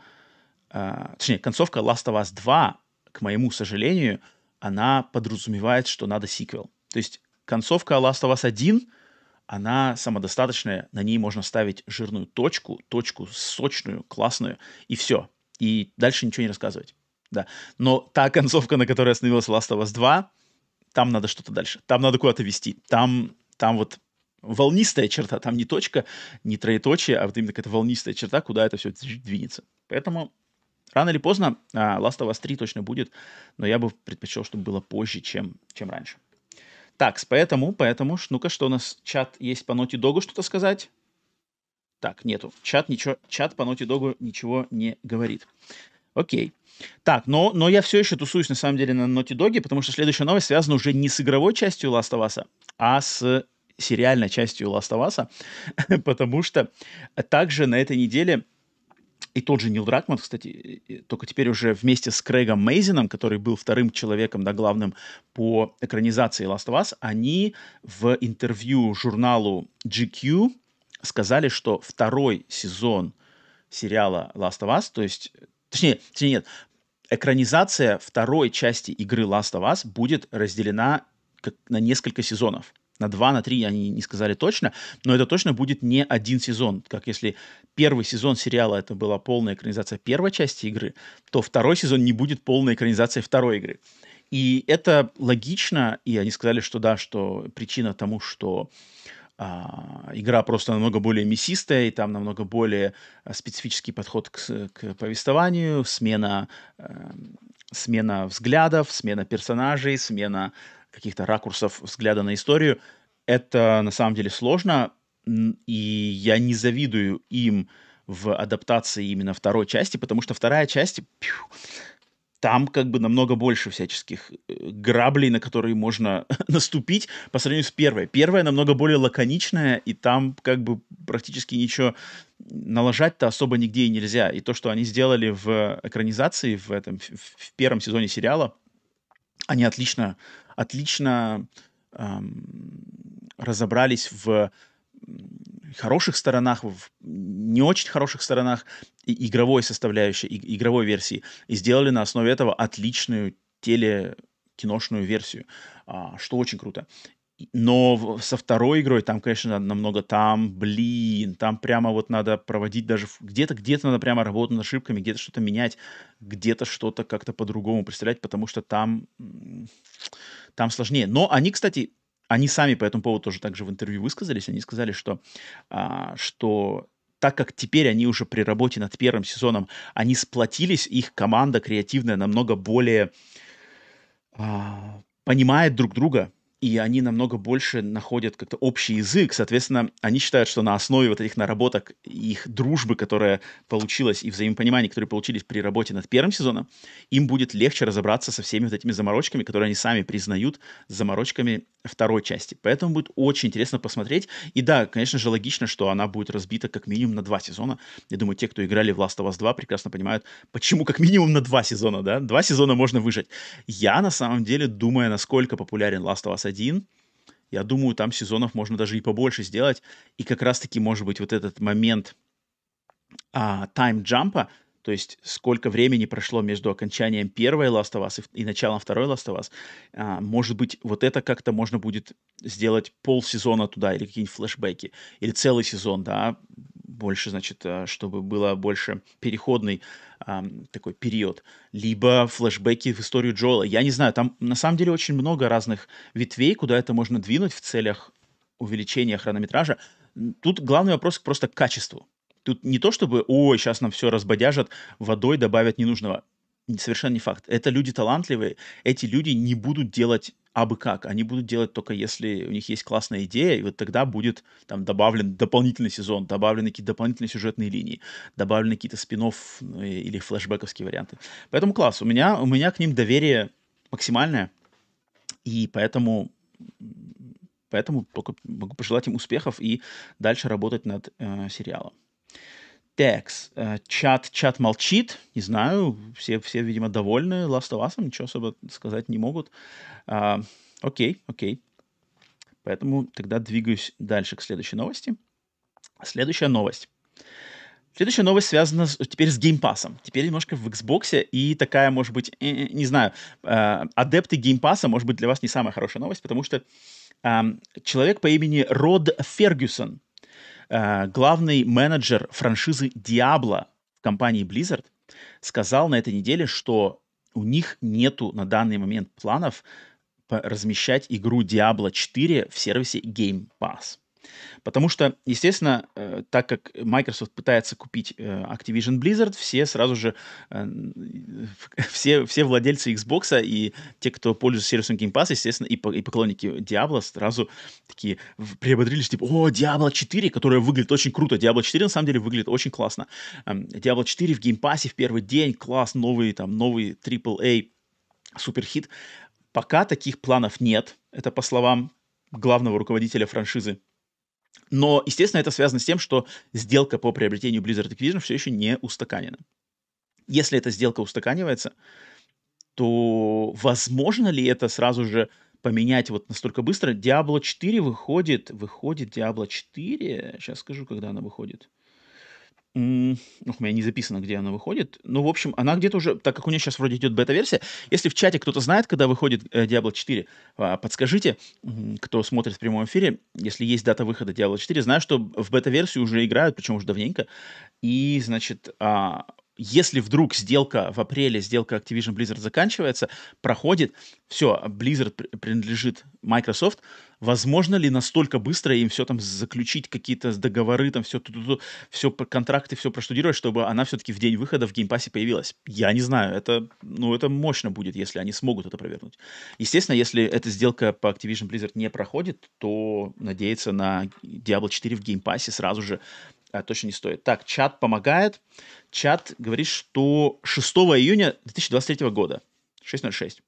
A: Э, точнее, концовка Last of Us два, к моему сожалению, она подразумевает, что надо сиквел. То есть концовка Last of Us один, она самодостаточная, на ней можно ставить жирную точку, точку сочную, классную, и все. И дальше ничего не рассказывать. Да. Но та концовка, на которой остановилась Last of Us два, там надо что-то дальше. Там надо куда-то вести. Там, там вот волнистая черта, там не точка, не троеточие, а вот именно какая-то волнистая черта, куда это все двинется. Поэтому рано или поздно а, Last of Us три точно будет, но я бы предпочел, чтобы было позже, чем, чем раньше. Так, поэтому, поэтому, ну-ка, что у нас? Чат есть по Naughty Dog'у что-то сказать? Так, нету. Чат, ничего, чат по Naughty Dog'у ничего не говорит. Окей. Так, но, но я все еще тусуюсь, на самом деле, на Naughty Dog'е, потому что следующая новость связана уже не с игровой частью Last of Us, а с сериальной частью Last of Us, потому что также на этой неделе и тот же Нил Дракман, кстати, только теперь уже вместе с Крейгом Мейзином, который был вторым человеком, да, главным по экранизации Last of Us, они в интервью журналу джи кью сказали, что второй сезон сериала Last of Us, то есть, точнее, точнее нет, экранизация второй части игры Last of Us будет разделена как на несколько сезонов. На два, на три они не сказали точно, но это точно будет не один сезон. Как если первый сезон сериала это была полная экранизация первой части игры, то второй сезон не будет полной экранизацией второй игры. И это логично, и они сказали, что да, что причина тому, что а, игра просто намного более мясистая, и там намного более а, специфический подход к, к повествованию, смена, а, смена взглядов, смена персонажей, смена каких-то ракурсов взгляда на историю. Это на самом деле сложно, и я не завидую им в адаптации именно второй части, потому что вторая часть, пью, там как бы намного больше всяческих граблей, на которые можно наступить по сравнению с первой. Первая намного более лаконичная, и там как бы практически ничего налажать-то особо нигде и нельзя. И то, что они сделали в экранизации, в, этом, в первом сезоне сериала, они отлично, отлично эм, разобрались в хороших сторонах, в не очень хороших сторонах и игровой составляющей, и, игровой версии, и сделали на основе этого отличную телекиношную версию, а, что очень круто. Но со второй игрой там, конечно, намного, там, блин, там прямо вот надо проводить даже, где-то, где-то надо прямо работать над ошибками, где-то что-то менять, где-то что-то как-то по-другому представлять, потому что там, там сложнее. Но они, кстати, они сами по этому поводу тоже также в интервью высказались, они сказали, что, а, что так как теперь они уже при работе над первым сезоном, они сплотились, их команда креативная намного более а, понимает друг друга, и они намного больше находят как-то общий язык. Соответственно, они считают, что на основе вот этих наработок, их дружбы, которая получилась, и взаимопонимания, которые получились при работе над первым сезоном, им будет легче разобраться со всеми вот этими заморочками, которые они сами признают заморочками второй части. Поэтому будет очень интересно посмотреть. И да, конечно же, логично, что она будет разбита как минимум на два сезона. Я думаю, те, кто играли в Last of Us два, прекрасно понимают, почему как минимум на два сезона, да? Два сезона можно выжать. Я, на самом деле, думая, насколько популярен Last of Us один, я думаю, там сезонов можно даже и побольше сделать. И как раз-таки, может быть, вот этот момент а, тайм-джампа, то есть сколько времени прошло между окончанием первой Last of Us и, и началом второй Last of Us, а, может быть, вот это как-то можно будет сделать полсезона туда, или какие-нибудь флешбеки, или целый сезон, да, больше, значит, чтобы было больше переходный а, такой период, либо флешбеки в историю Джоэла. Я не знаю, там на самом деле очень много разных ветвей, куда это можно двинуть в целях увеличения хронометража. Тут главный вопрос просто к качеству. Тут не то, чтобы, ой, сейчас нам все разбодяжат, водой добавят ненужного. Совершенно не факт. Это люди талантливые. Эти люди не будут делать абы как. Они будут делать только если у них есть классная идея, и вот тогда будет там добавлен дополнительный сезон, добавлены какие-то дополнительные сюжетные линии, добавлены какие-то спин-офф ну, и- или флешбековские варианты. Поэтому класс. У меня, у меня к ним доверие максимальное, и поэтому, поэтому только могу пожелать им успехов и дальше работать над э, сериалом. Текс. Э, чат, чат молчит. Не знаю. Все, все, видимо, довольны Last of Us. Ничего особо сказать не могут. А, окей, окей. Поэтому тогда двигаюсь дальше к следующей новости. Следующая новость. Следующая новость связана с- теперь с геймпасом. Теперь немножко в Xbox, и такая, может быть, э, э, не знаю, э, адепты геймпаса, может быть, для вас не самая хорошая новость, потому что ам, человек по имени Род Фергюсон, э, главный менеджер франшизы Diablo в компании Blizzard, сказал на этой неделе, что у них нету на данный момент планов по- размещать игру Diablo четыре в сервисе Game Pass. Потому что, естественно, э, так как Microsoft пытается купить э, Activision Blizzard, все сразу же, э, все, все владельцы Xbox и те, кто пользуется сервисом Game Pass, естественно, и, по- и поклонники Diablo сразу такие в- приободрились, типа, о, Diablo четыре, которая выглядит очень круто. Diablo четыре, на самом деле, выглядит очень классно. Эм, Diablo четыре в Game Pass в первый день, класс, новый, там, новый трипл эй, суперхит. Пока таких планов нет, это по словам главного руководителя франшизы. Но, естественно, это связано с тем, что сделка по приобретению Blizzard Activision все еще не устаканена. Если эта сделка устаканивается, то возможно ли это сразу же поменять вот настолько быстро? Diablo четыре выходит, выходит Diablo четыре, сейчас скажу, когда она выходит. М, Ух, у меня не записано, где она выходит. Ну, в общем, она где-то уже, так как у нее сейчас вроде идет бета-версия, если в чате кто-то знает, когда выходит э, Diablo четыре, а, подскажите, м, кто смотрит в прямом эфире, если есть дата выхода Diablo четыре. Знаю, что в бета-версию уже играют, причем уже давненько. И, значит, а, если вдруг сделка в апреле, сделка Activision Blizzard заканчивается, проходит, все, Blizzard при- принадлежит Microsoft, возможно ли настолько быстро им все там заключить, какие-то договоры, там все, все контракты, все проштудировать, чтобы она все-таки в день выхода в геймпассе появилась? Я не знаю, это, ну, это мощно будет, если они смогут это провернуть. Естественно, если эта сделка по Activision Blizzard не проходит, то надеяться на Diablo четыре в геймпассе сразу же а, точно не стоит. Так, чат помогает. Чат говорит, что шестого июня две тысячи двадцать третьего года, шесть ноль шесть.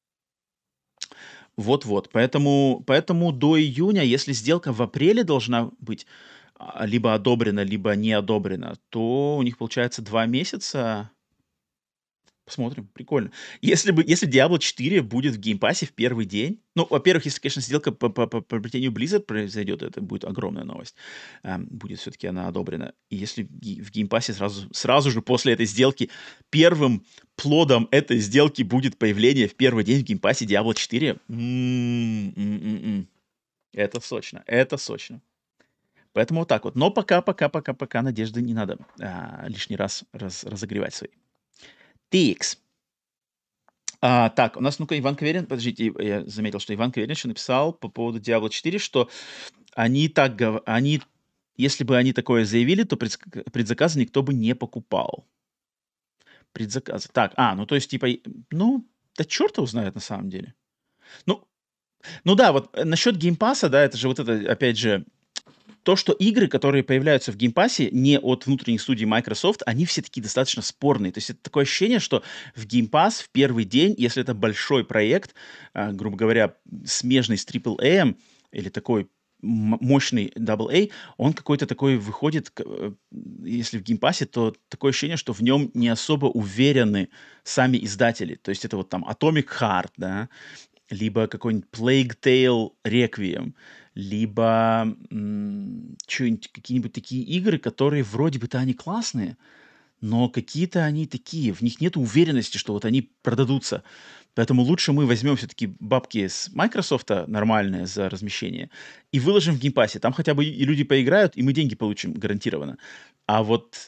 A: Вот-вот. Поэтому, поэтому до июня, если сделка в апреле должна быть а, либо одобрена, либо не одобрена, то у них получается два месяца. Посмотрим, прикольно. Если бы, если Diablo четыре будет в геймпассе в первый день, ну, во-первых, если, конечно, сделка по, по, по приобретению Blizzard произойдет, это будет огромная новость. Эм, будет все-таки она одобрена. И если в ги- в геймпассе сразу, сразу же после этой сделки первым плодом этой сделки будет появление в первый день в геймпассе Diablo четыре, м, м, м, м. Это сочно, это сочно. Поэтому вот так вот. Но пока, пока, пока, пока надежды не надо а, лишний раз раз- разогревать свои. ти икс. А, так, у нас, ну-ка, Иван Каверин, подождите, я заметил, что Иван Каверин еще написал по поводу Diablo четыре, что они так, гов- они, если бы они такое заявили, то предск- предзаказы никто бы не покупал. Предзаказы. Так, а, ну то есть, типа, и- ну, да черт его знает на самом деле. Ну, ну да, вот э, насчет геймпаса, да, это же вот это, опять же, то, что игры, которые появляются в геймпассе не от внутренних студий Microsoft, они все такие достаточно спорные. То есть это такое ощущение, что в геймпасс в первый день, если это большой проект, а, грубо говоря, смежный с трипл эй или такой м- мощный дабл эй, он какой-то такой выходит, к- э, если в геймпассе, то такое ощущение, что в нем не особо уверены сами издатели. То есть это вот там Atomic Heart, да, либо какой-нибудь Plague Tale Requiem, либо м, чё-нибудь, какие-нибудь такие игры, которые вроде бы-то они классные, но какие-то они такие, в них нет уверенности, что вот они продадутся. Поэтому лучше мы возьмем все-таки бабки с Microsoft нормальные за размещение и выложим в геймпассе. Там хотя бы и люди поиграют, и мы деньги получим гарантированно. А вот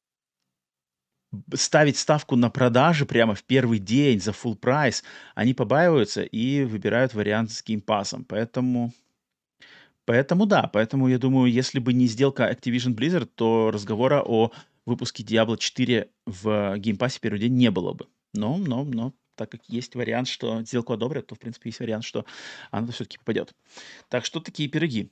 A: б- ставить ставку на продажи прямо в первый день за full прайс, они побаиваются и выбирают вариант с геймпасом. Поэтому, поэтому да, поэтому я думаю, если бы не сделка Activision Blizzard, то разговора о выпуске Diablo четыре в геймпассе первый день не было бы. Но, но, но так как есть вариант, что сделку одобрят, то, в принципе, есть вариант, что она все-таки попадет. Так что такие пироги.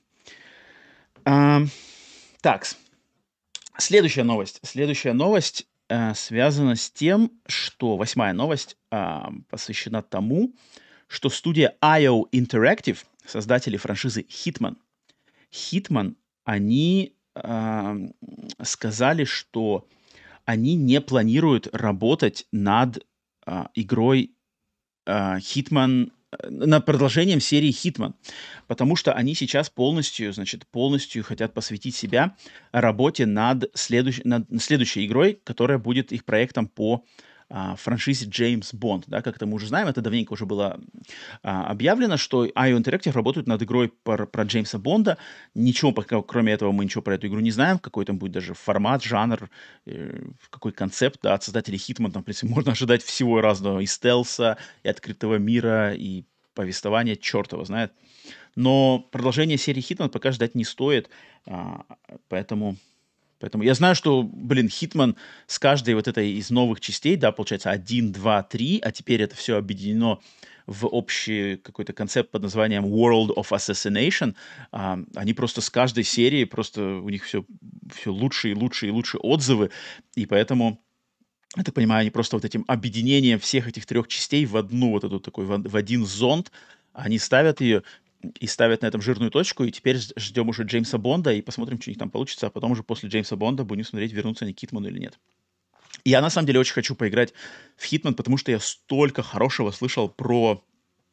A: А, так, следующая новость. Следующая новость э, связана с тем, что восьмая новость а, посвящена тому, что студия ай о Interactive, создатели франшизы Hitman, Hitman, они а, сказали, что они не планируют работать над а, игрой а, Hitman, э, над продолжением серии Hitman, потому что они сейчас полностью, значит, полностью хотят посвятить себя работе над, следующ... над следующей игрой, которая будет их проектом по а, франшизе Джеймс Бонд. Да, как это мы уже знаем, это давненько уже было а, объявлено, что ай о Interactive работают над игрой про, про Джеймса Бонда. Ничего пока, кроме этого, мы ничего про эту игру не знаем. Какой там будет даже формат, жанр, э, какой концепт. Да, от создателей Hitman, там, в принципе, можно ожидать всего разного. И стелса, и открытого мира, и повествования, черт его знает. Но продолжение серии Hitman пока ждать не стоит. А, поэтому... Поэтому я знаю, что, блин, Hitman с каждой вот этой из новых частей, да, получается один, два, три, а теперь это все объединено в общий какой-то концепт под названием World of Assassination. А, они просто с каждой серии, просто у них все, все лучше и лучше и лучше отзывы, и поэтому, я так понимаю, они просто вот этим объединением всех этих трех частей в одну вот эту такой, в, в один зонд, они ставят ее, и ставят на этом жирную точку, и теперь ждем уже Джеймса Бонда, и посмотрим, что у них там получится, а потом уже после Джеймса Бонда будем смотреть, вернутся они к Хитману или нет. Я на самом деле очень хочу поиграть в Хитман, потому что я столько хорошего слышал про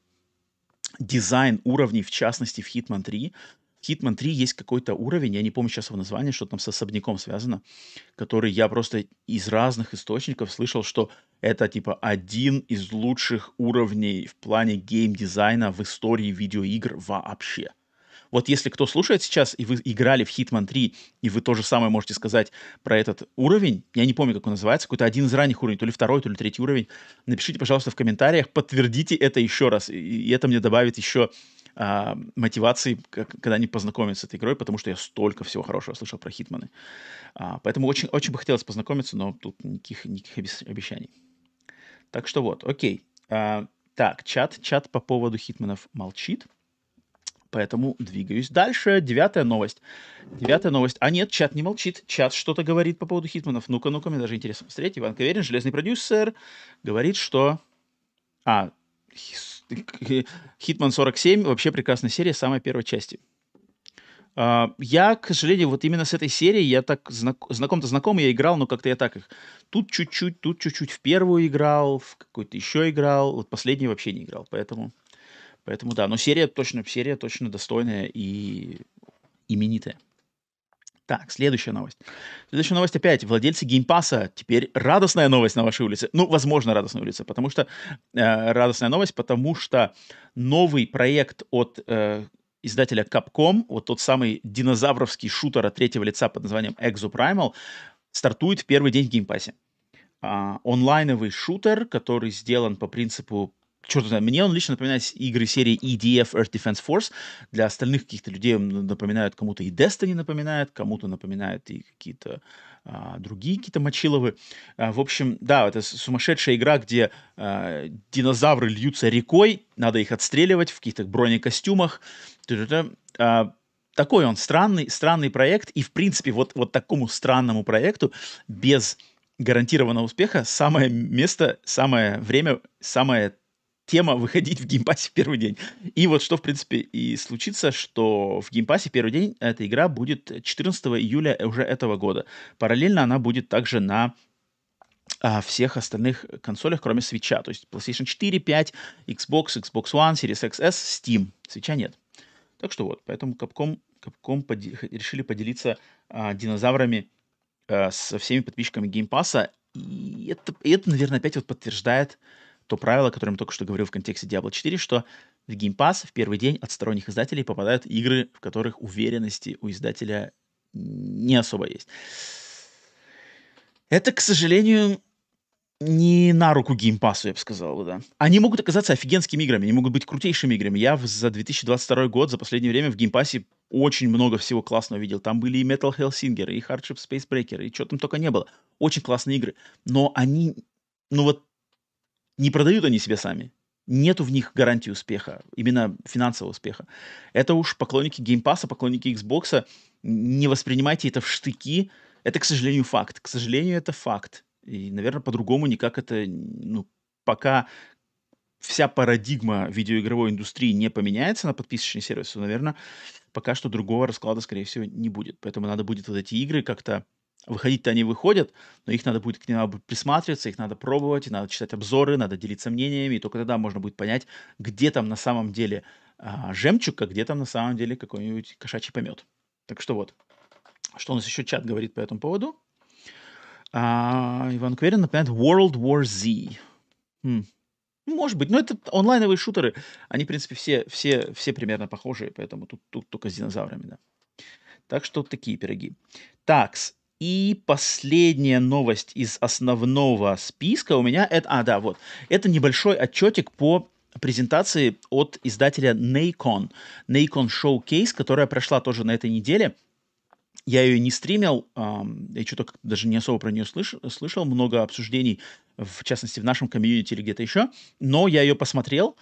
A: дизайн уровней, в частности, в Hitman три. В Hitman три есть какой-то уровень, я не помню сейчас его название, что там с особняком связано, который я просто из разных источников слышал, что это типа один из лучших уровней в плане геймдизайна в истории видеоигр вообще. Вот если кто слушает сейчас, и вы играли в Hitman три, и вы то же самое можете сказать про этот уровень, я не помню, как он называется, какой-то один из ранних уровней, то ли второй, то ли третий уровень, напишите, пожалуйста, в комментариях, подтвердите это еще раз, и это мне добавит еще а, мотивации, как, когда они познакомятся с этой игрой, потому что я столько всего хорошего слышал про Хитманы. А, поэтому очень, очень бы хотелось познакомиться, но тут никаких, никаких обещаний. Так что вот, окей. А, так, чат, чат по поводу Хитманов молчит. Поэтому двигаюсь дальше. Девятая новость. Девятая новость. А нет, чат не молчит. Чат что-то говорит по поводу Хитманов. Ну-ка, ну-ка, мне даже интересно посмотреть. Иван Каверин, железный продюсер, говорит, что... А, Хитман сорок семь вообще прекрасная серия, самая первой части. Uh, я, к сожалению, вот именно с этой серией я так знак... знаком-то знаком, я играл, но как-то я так их тут чуть-чуть, тут чуть-чуть в первую играл, в какой-то еще играл, вот последний вообще не играл, поэтому, поэтому да, но серия точно, серия точно достойная и именитая. Так, следующая новость. Следующая новость опять. Владельцы геймпасса. Теперь радостная новость на вашей улице. Ну, возможно, радостная улица, потому что... Э, радостная новость, потому что новый проект от... Э, издателя Capcom, вот тот самый динозавровский шутер от третьего лица под названием Exoprimal, стартует в первый день в геймпассе. А, онлайновый шутер, который сделан по принципу... Черт знает, мне он лично напоминает игры серии и ди эф Earth Defense Force. Для остальных каких-то людей он напоминает, кому-то и Destiny напоминает, кому-то напоминает и какие-то а, другие какие-то мочиловы. А, в общем, да, это сумасшедшая игра, где а, динозавры льются рекой, надо их отстреливать в каких-то бронекостюмах. А, такой он странный, странный проект, и в принципе вот, вот такому странному проекту без гарантированного успеха самое место, самое время, самое тема выходить в геймпассе в первый день. И вот что, в принципе, и случится, что в геймпассе первый день эта игра будет четырнадцатого июля уже этого года. Параллельно она будет также на а, всех остальных консолях, кроме Switch'а. То есть PlayStation четыре, пять, Xbox, Xbox One, Series икс эс, Steam. Switch'а нет. Так что вот, поэтому Capcom, Capcom поди- решили поделиться а, динозаврами а, со всеми подписчиками геймпасса. И это, и это, наверное, опять вот подтверждает то правило, о котором я только что говорил в контексте Diablo четыре, что в Game Pass в первый день от сторонних издателей попадают игры, в которых уверенности у издателя не особо есть. Это, к сожалению, не на руку Game Pass'у, я бы сказал, да. Они могут оказаться офигенскими играми, они могут быть крутейшими играми. Я за две тысячи двадцать второй год, за последнее время в Game Pass'е очень много всего классного видел. Там были и Metal Hellsinger, и Hardship Space Breaker, и что там только не было. Очень классные игры. Но они, ну вот, Не продают они себя сами. Нету в них гарантии успеха, именно финансового успеха. Это уж поклонники Game Pass, поклонники Xbox, не воспринимайте это в штыки. Это, к сожалению, факт. К сожалению, это факт. И, наверное, по-другому никак это, ну, пока вся парадигма видеоигровой индустрии не поменяется на подписочный сервис, то, наверное, пока что другого расклада, скорее всего, не будет. Поэтому надо будет вот эти игры как-то... Выходить-то они выходят, но их надо будет к ним надо будет присматриваться, их надо пробовать, и надо читать обзоры, надо делиться мнениями, и только тогда можно будет понять, где там на самом деле а, жемчуг, а где там на самом деле какой-нибудь кошачий помет. Так что вот. Что у нас еще чат говорит по этому поводу? А, Иван Кверин напоминает World War Z. Хм. Может быть, но это онлайновые шутеры, они, в принципе, все, все, все примерно похожие, поэтому тут, тут только с динозаврами, да. Так что такие пироги. Такс. И последняя новость из основного списка у меня это... А, да, вот. Это небольшой отчетик по презентации от издателя Nacon. Nacon Showcase, которая прошла тоже на этой неделе. Я ее не стримил, эм, я что-то даже не особо про нее слыш, слышал, много обсуждений, в частности, в нашем комьюнити или где-то еще, но я ее посмотрел,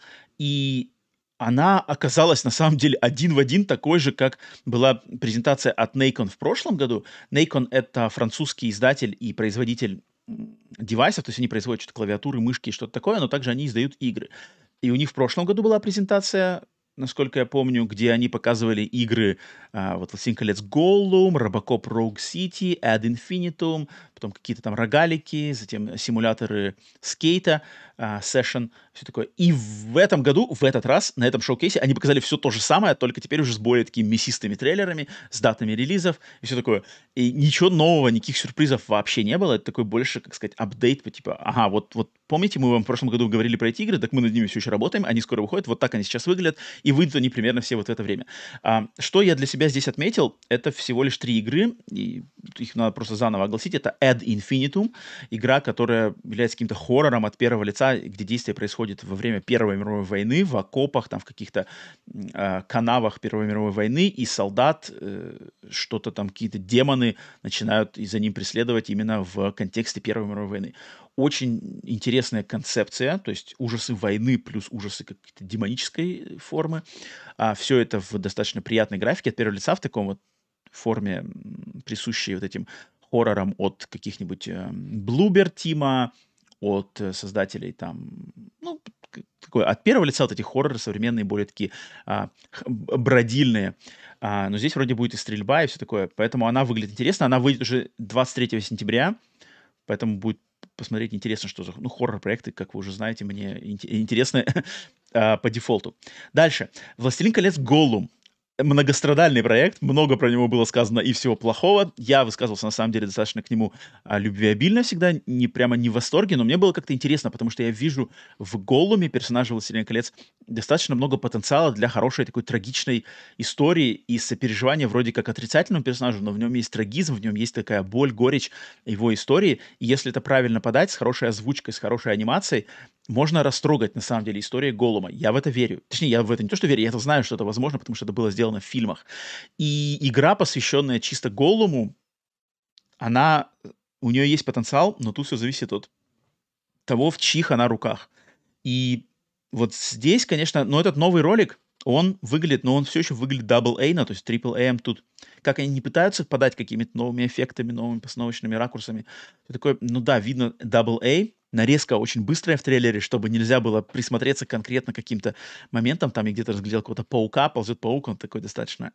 A: и она оказалась на самом деле один в один такой же, как была презентация от Nacon в прошлом году. Nacon — это французский издатель и производитель девайсов, то есть они производят что-то клавиатуры, мышки и что-то такое, но также они издают игры. И у них в прошлом году была презентация, насколько я помню, где они показывали игры, а, вот «Властелин колец Gollum», «Robocop Rogue City», «Ad Infinitum», потом какие-то там рогалики, затем симуляторы скейта, а, Session, все такое. И в этом году, в этот раз, на этом шоу-кейсе, они показали все то же самое, только теперь уже с более такими мясистыми трейлерами, с датами релизов и все такое. И ничего нового, никаких сюрпризов вообще не было. Это такой больше, как сказать, апдейт по типа, ага, вот, вот помните, мы вам в прошлом году говорили про эти игры, так мы над ними все еще работаем, они скоро выходят, вот так они сейчас выглядят, и выйдут они примерно все вот в это время. А, что я для себя здесь отметил, это всего лишь три игры, и их надо просто заново огласить. Это Ad Infinitum, игра, которая является каким-то хоррором от первого лица, где действие происходит во время Первой мировой войны, в окопах, там в каких-то э, канавах Первой мировой войны, и солдат, э, что-то там, какие-то демоны начинают и за ним преследовать именно в контексте Первой мировой войны. Очень интересная концепция, то есть ужасы войны плюс ужасы какой-то демонической формы. А все это в достаточно приятной графике от первого лица, в таком вот форме, присущей вот этим хоррорам от каких-нибудь э, Bloober Team, от э, создателей там, ну, такое, от первого лица вот эти хорроры современные, более такие а, бродильные. А, но здесь вроде будет и стрельба, и все такое. Поэтому она выглядит интересно. Она выйдет уже двадцать третьего сентября, поэтому будет посмотреть интересно, что за ну, хоррор-проекты, как вы уже знаете, мне интересны по дефолту. Дальше. «Властелин колец Gollum». Многострадальный проект, много про него было сказано и всего плохого. Я высказывался, на самом деле, достаточно к нему а, любвеобильно всегда, не прямо не в восторге, но мне было как-то интересно, потому что я вижу в Голлуме, персонаже «Властелина колец», достаточно много потенциала для хорошей такой трагичной истории и сопереживания вроде как отрицательному персонажу, но в нем есть трагизм, в нем есть такая боль, горечь его истории, и если это правильно подать, с хорошей озвучкой, с хорошей анимацией, можно растрогать, на самом деле, историю Голлума. Я в это верю. Точнее, я в это не то, что верю, я это знаю, что это возможно, потому что это было сделано в фильмах. И игра, посвященная чисто Голлуму, она... У нее есть потенциал, но тут все зависит от того, в чьих она руках. И вот здесь, конечно... Но этот новый ролик, он выглядит... Но он все еще выглядит дабл эй, ну, то есть трипл эй тут... Как они не пытаются подать какими-то новыми эффектами, новыми постановочными ракурсами. Такой, ну да, видно дабл эй, нарезка очень быстрая в трейлере, чтобы нельзя было присмотреться конкретно к каким-то моментам. Там я где-то разглядел какого-то паука, ползет паук, он такой достаточно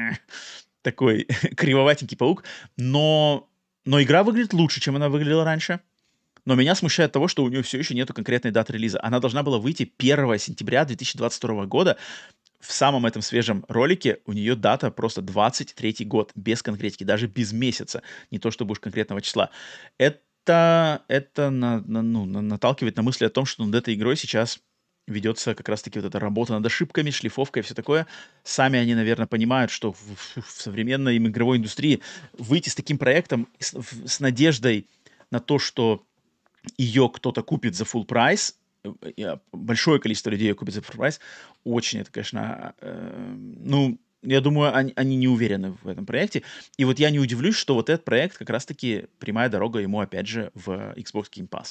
A: такой кривоватенький паук. Но, но игра выглядит лучше, чем она выглядела раньше. Но меня смущает того, что у нее все еще нету конкретной даты релиза. Она должна была выйти первого сентября две тысячи двадцать второго года. В самом этом свежем ролике у нее дата просто двадцать третий год, без конкретики, даже без месяца, не то чтобы уж конкретного числа. Это Это, это на, на, ну, на, наталкивает на мысли о том, что над этой игрой сейчас ведется как раз-таки вот эта работа над ошибками, шлифовкой и все такое. Сами они, наверное, понимают, что в, в современной игровой индустрии выйти с таким проектом, с, с надеждой на то, что ее кто-то купит за full прайс, большое количество людей ее купит за full прайс, очень это, конечно, э, ну... Я думаю, они, они не уверены в этом проекте. И вот я не удивлюсь, что вот этот проект как раз-таки прямая дорога ему, опять же, в Xbox Game Pass.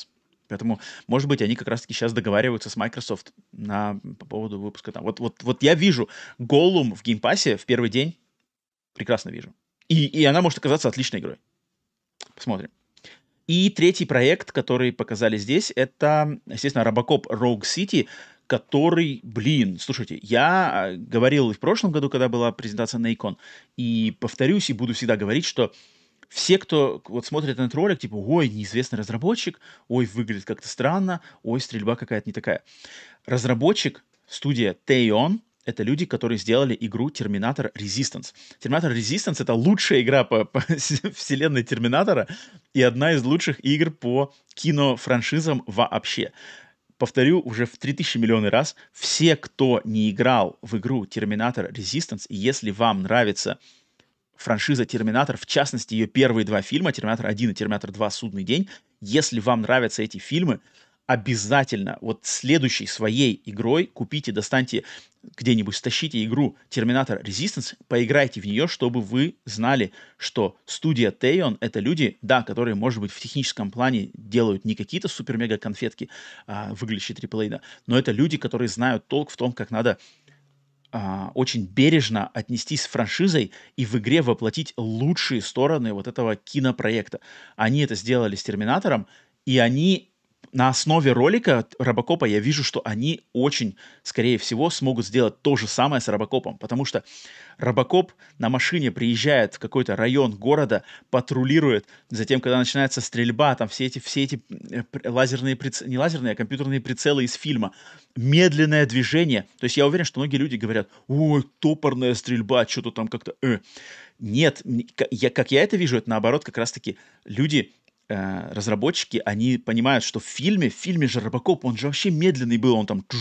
A: Поэтому, может быть, они как раз-таки сейчас договариваются с Microsoft на, по поводу выпуска там. Вот, вот, вот я вижу Gollum в геймпассе в первый день, прекрасно вижу. И, и она может оказаться отличной игрой. Посмотрим. И третий проект, который показали здесь, это, естественно, Robocop Rogue City, который, блин, слушайте, я говорил и в прошлом году, когда была презентация на Icon, и повторюсь, и буду всегда говорить, что все, кто вот смотрит на этот ролик, типа, ой, неизвестный разработчик, ой, выглядит как-то странно, ой, стрельба какая-то не такая. Разработчик, студия Teyon, это люди, которые сделали игру Terminator Resistance. Terminator Resistance — это лучшая игра по, по вселенной Терминатора и одна из лучших игр по кинофраншизам вообще. Повторю уже в три тысячи миллионный раз, все, кто не играл в игру Terminator Resistance, и если вам нравится франшиза Терминатор, в частности, ее первые два фильма, Терминатор один и Терминатор два «Судный день», если вам нравятся эти фильмы, обязательно вот следующей своей игрой купите, достаньте где-нибудь, стащите игру Terminator Resistance, поиграйте в нее, чтобы вы знали, что студия Teyon — это люди, да, которые, может быть, в техническом плане делают не какие-то супер-мега-конфетки, а, выглядящие трипл эй, да, но это люди, которые знают толк в том, как надо а, очень бережно отнестись с франшизой и в игре воплотить лучшие стороны вот этого кинопроекта. Они это сделали с Терминатором, и они на основе ролика Робокопа, я вижу, что они очень, скорее всего, смогут сделать то же самое с Робокопом, потому что Робокоп на машине приезжает в какой-то район города, патрулирует, затем, когда начинается стрельба, там все эти, все эти лазерные прицелы, не лазерные, а компьютерные прицелы из фильма, медленное движение. То есть я уверен, что многие люди говорят, ой, топорная стрельба, что-то там как-то... Э. Нет, я, как я это вижу, это наоборот как раз-таки люди... разработчики, они понимают, что в фильме, в фильме же Робокоп, он же вообще медленный был, он там...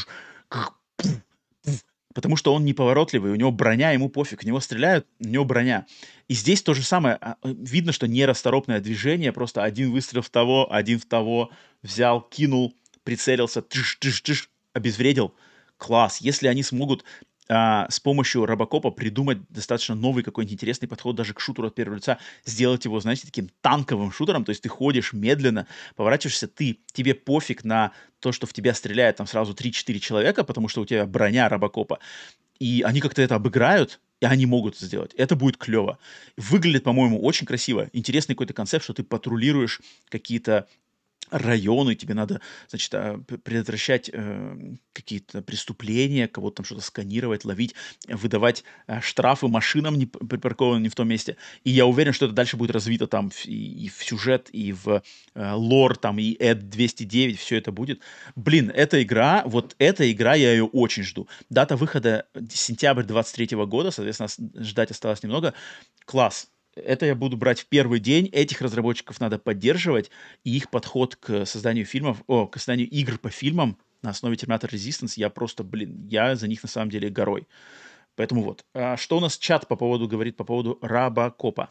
A: Потому что он неповоротливый, у него броня, ему пофиг, в него стреляют, у него броня. И здесь то же самое. Видно, что нерасторопное движение, просто один выстрел в того, один в того, взял, кинул, прицелился, тыш-тыш-тыш, обезвредил. Класс. Если они смогут а, с помощью Робокопа придумать достаточно новый какой-нибудь интересный подход даже к шутеру от первого лица, сделать его, знаете, таким танковым шутером, то есть ты ходишь медленно, поворачиваешься, ты, тебе пофиг на то, что в тебя стреляет там сразу три-четыре человека, потому что у тебя броня Робокопа, и они как-то это обыграют, и они могут это сделать. Это будет клево. Выглядит, по-моему, очень красиво. Интересный какой-то концепт, что ты патрулируешь какие-то районы, тебе надо, значит, предотвращать э, какие-то преступления, кого-то там что-то сканировать, ловить, выдавать э, штрафы машинам, не, припаркованным не в том месте. И я уверен, что это дальше будет развито там и, и в сюжет, и в э, лор, там, и Эд двести девять, все это будет. Блин, эта игра, вот эта игра, я ее очень жду. Дата выхода сентябрь двадцать третьего года, соответственно, ждать осталось немного. Класс. Это я буду брать в первый день. Этих разработчиков надо поддерживать. И их подход к созданию фильмов, о, к созданию игр по фильмам на основе Terminator Resistance, я просто, блин, я за них на самом деле горой. Поэтому вот. А что у нас чат по поводу говорит по поводу Робокопа?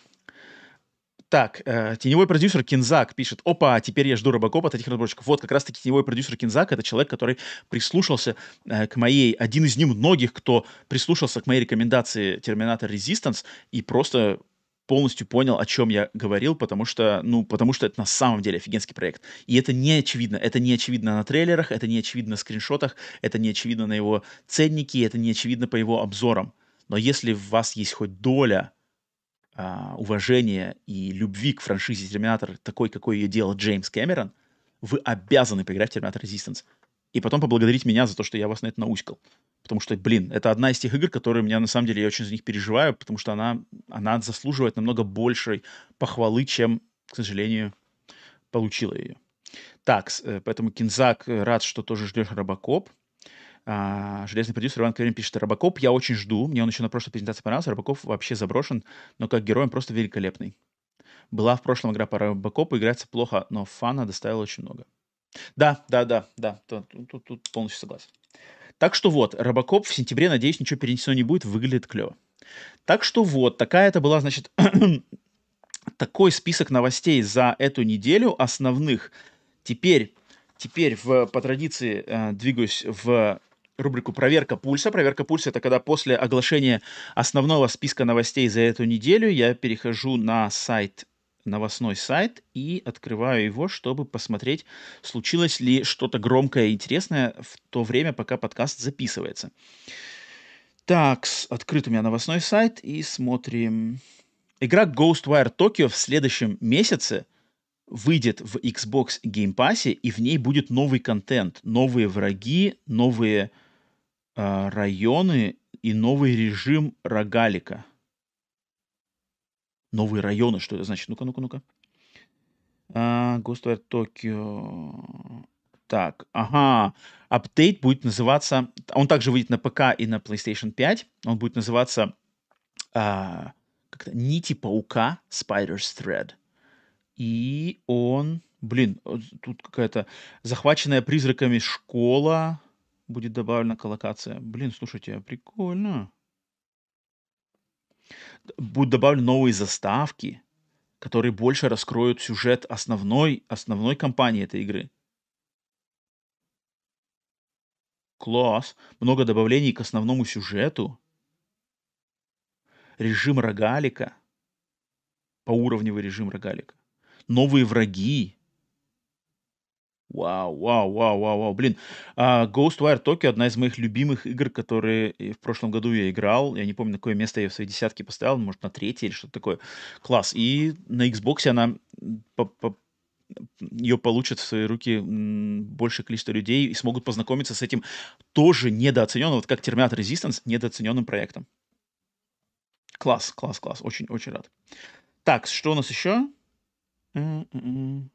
A: Так, э, теневой продюсер Кинзак пишет, опа, теперь я жду Робокопа от этих разработчиков. Вот, как раз-таки теневой продюсер Кинзак — это человек, который прислушался э, к моей, один из немногих, кто прислушался к моей рекомендации Terminator Resistance и просто полностью понял, о чем я говорил, потому что, ну, потому что это на самом деле офигенский проект. И это не очевидно. Это не очевидно на трейлерах, это не очевидно на скриншотах, это не очевидно на его ценнике, это не очевидно по его обзорам. Но если у вас есть хоть доля Uh, уважения и любви к франшизе Терминатор, такой, какой ее делал Джеймс Кэмерон, вы обязаны поиграть в Terminator Resistance. И потом поблагодарить меня за то, что я вас на это науськал. Потому что, блин, это одна из тех игр, которые меня, на самом деле, я очень за них переживаю, потому что она, она заслуживает намного большей похвалы, чем, к сожалению, получила ее. Так, поэтому Кинзак рад, что тоже ждешь Робокоп. А, железный продюсер Иван Каврин пишет, Робокоп я очень жду, мне он еще на прошлой презентации понравился, Робокоп вообще заброшен, но как герой он просто великолепный. Была в прошлом игра по Робокопу, играется плохо, но фана доставила очень много. Да, да, да, да, тут, тут, тут полностью согласен. Так что вот, Робокоп в сентябре, надеюсь, ничего перенесено не будет, выглядит клево. Так что вот, такая это была, значит, такой список новостей за эту неделю основных. Теперь, теперь в, по традиции э, двигаюсь в рубрику «Проверка пульса». Проверка пульса — это когда после оглашения основного списка новостей за эту неделю я перехожу на сайт новостной сайт и открываю его, чтобы посмотреть, случилось ли что-то громкое и интересное в то время, пока подкаст записывается. Так, открыт у меня новостной сайт и смотрим. Игра Ghostwire Tokyo в следующем месяце выйдет в Xbox Game Pass, и в ней будет новый контент, новые враги, новые э, районы и новый режим рогалика. Новые районы, что это значит? Ну-ка, ну-ка, ну-ка. А, Ghostwire Tokyo. Так, ага. Апдейт будет называться... Он также выйдет на ПК и на PlayStation пять. Он будет называться а, как-то Нити Паука Spider's Thread. И он... Блин, тут какая-то захваченная призраками школа будет добавлена к локация. Блин, слушайте, прикольно. Будут добавлены новые заставки, которые больше раскроют сюжет основной, основной кампании этой игры. Класс. Много добавлений к основному сюжету. Режим рогалика. Поуровневый режим рогалика. Новые враги. Вау, вау, вау, вау, вау. Блин, а, Ghostwire Tokyo — одна из моих любимых игр, которые и в прошлом году я играл. Я не помню, на какое место я в своей десятке поставил, может, на третье или что-то такое. Класс. И на Xbox она по- по- ее получат в свои руки м, большее количество людей и смогут познакомиться с этим тоже недооцененным, вот как Terminator Resistance, недооцененным проектом. Класс, класс, класс. Очень, очень рад. Так, что у нас еще? М-м-м.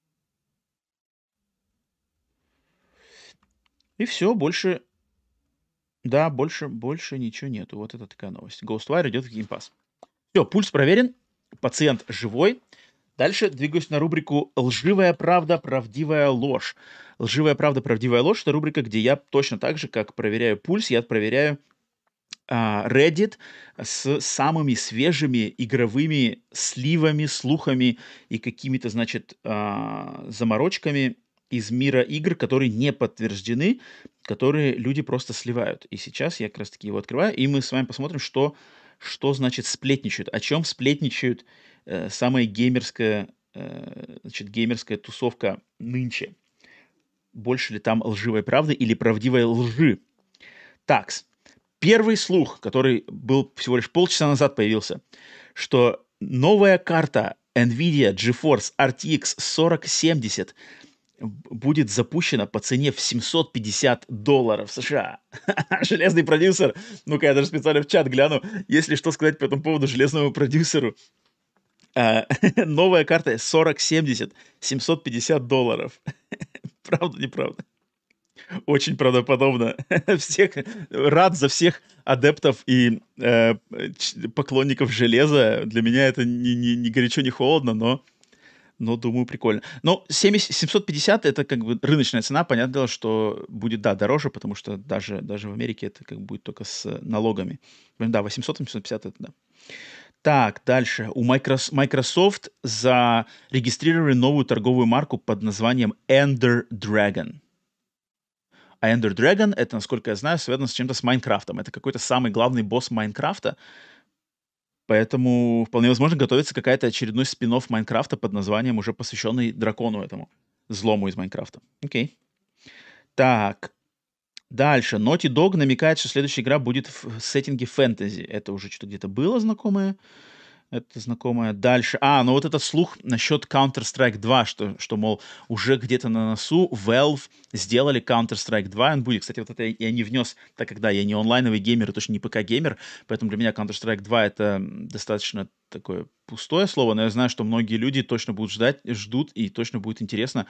A: И все, больше... Да, больше, больше ничего нету. Вот это такая новость. Ghostwire идет в Game Pass. Все, пульс проверен, пациент живой. Дальше двигаюсь на рубрику «Лживая правда, правдивая ложь». «Лживая правда, правдивая ложь» — это рубрика, где я точно так же, как проверяю пульс, я проверяю а, Reddit с самыми свежими игровыми сливами, слухами и какими-то, значит, а, заморочками из мира игр, которые не подтверждены, которые люди просто сливают. И сейчас я как раз-таки его открываю, и мы с вами посмотрим, что, что значит сплетничают, о чем сплетничают э, самая геймерская, э, значит, геймерская тусовка нынче. Больше ли там лживой правды или правдивой лжи? Такс. Первый слух, который был всего лишь полчаса назад появился, что новая карта NVIDIA GeForce ар ти экс сорок семьдесят будет запущена по цене в семьсот пятьдесят долларов США. Железный продюсер, ну-ка я даже специально в чат гляну, если что сказать по этому поводу железному продюсеру. А, новая карта сорок семьдесят, семьсот пятьдесят долларов. Правда, неправда? Очень правдоподобно. Всех, рад за всех адептов и э, ч- поклонников железа. Для меня это не, не, не горячо, не холодно, но, но думаю, прикольно. Но семьдесят, семьсот пятьдесят — это как бы рыночная цена. Понятное дело, что будет, да, дороже, потому что даже, даже в Америке это как бы будет только с налогами. Да, восемьсот семьсот пятьдесят это, да. Так, дальше. У Micros- Microsoft зарегистрировали новую торговую марку под названием Ender Dragon. А Ender Dragon — это, насколько я знаю, связано с чем-то с Майнкрафтом. Это какой-то самый главный босс Майнкрафта. Поэтому вполне возможно готовится какая-то очередной спин-офф Майнкрафта под названием, уже посвященный дракону этому, злому из Майнкрафта. Окей. Так, дальше. Naughty Dog намекает, что следующая игра будет в сеттинге фэнтези. Это уже что-то где-то было знакомое. Это знакомое. Дальше. А, ну вот этот слух насчет Counter-Strike два, что, что, мол, уже где-то на носу Valve сделали Counter-Strike два. Он будет. Кстати, вот это я не внес, так как, да, я не онлайновый геймер, и точно не ПК-геймер, поэтому для меня Counter-Strike два — это достаточно такое пустое слово, но я знаю, что многие люди точно будут ждать, ждут, и точно будет интересно,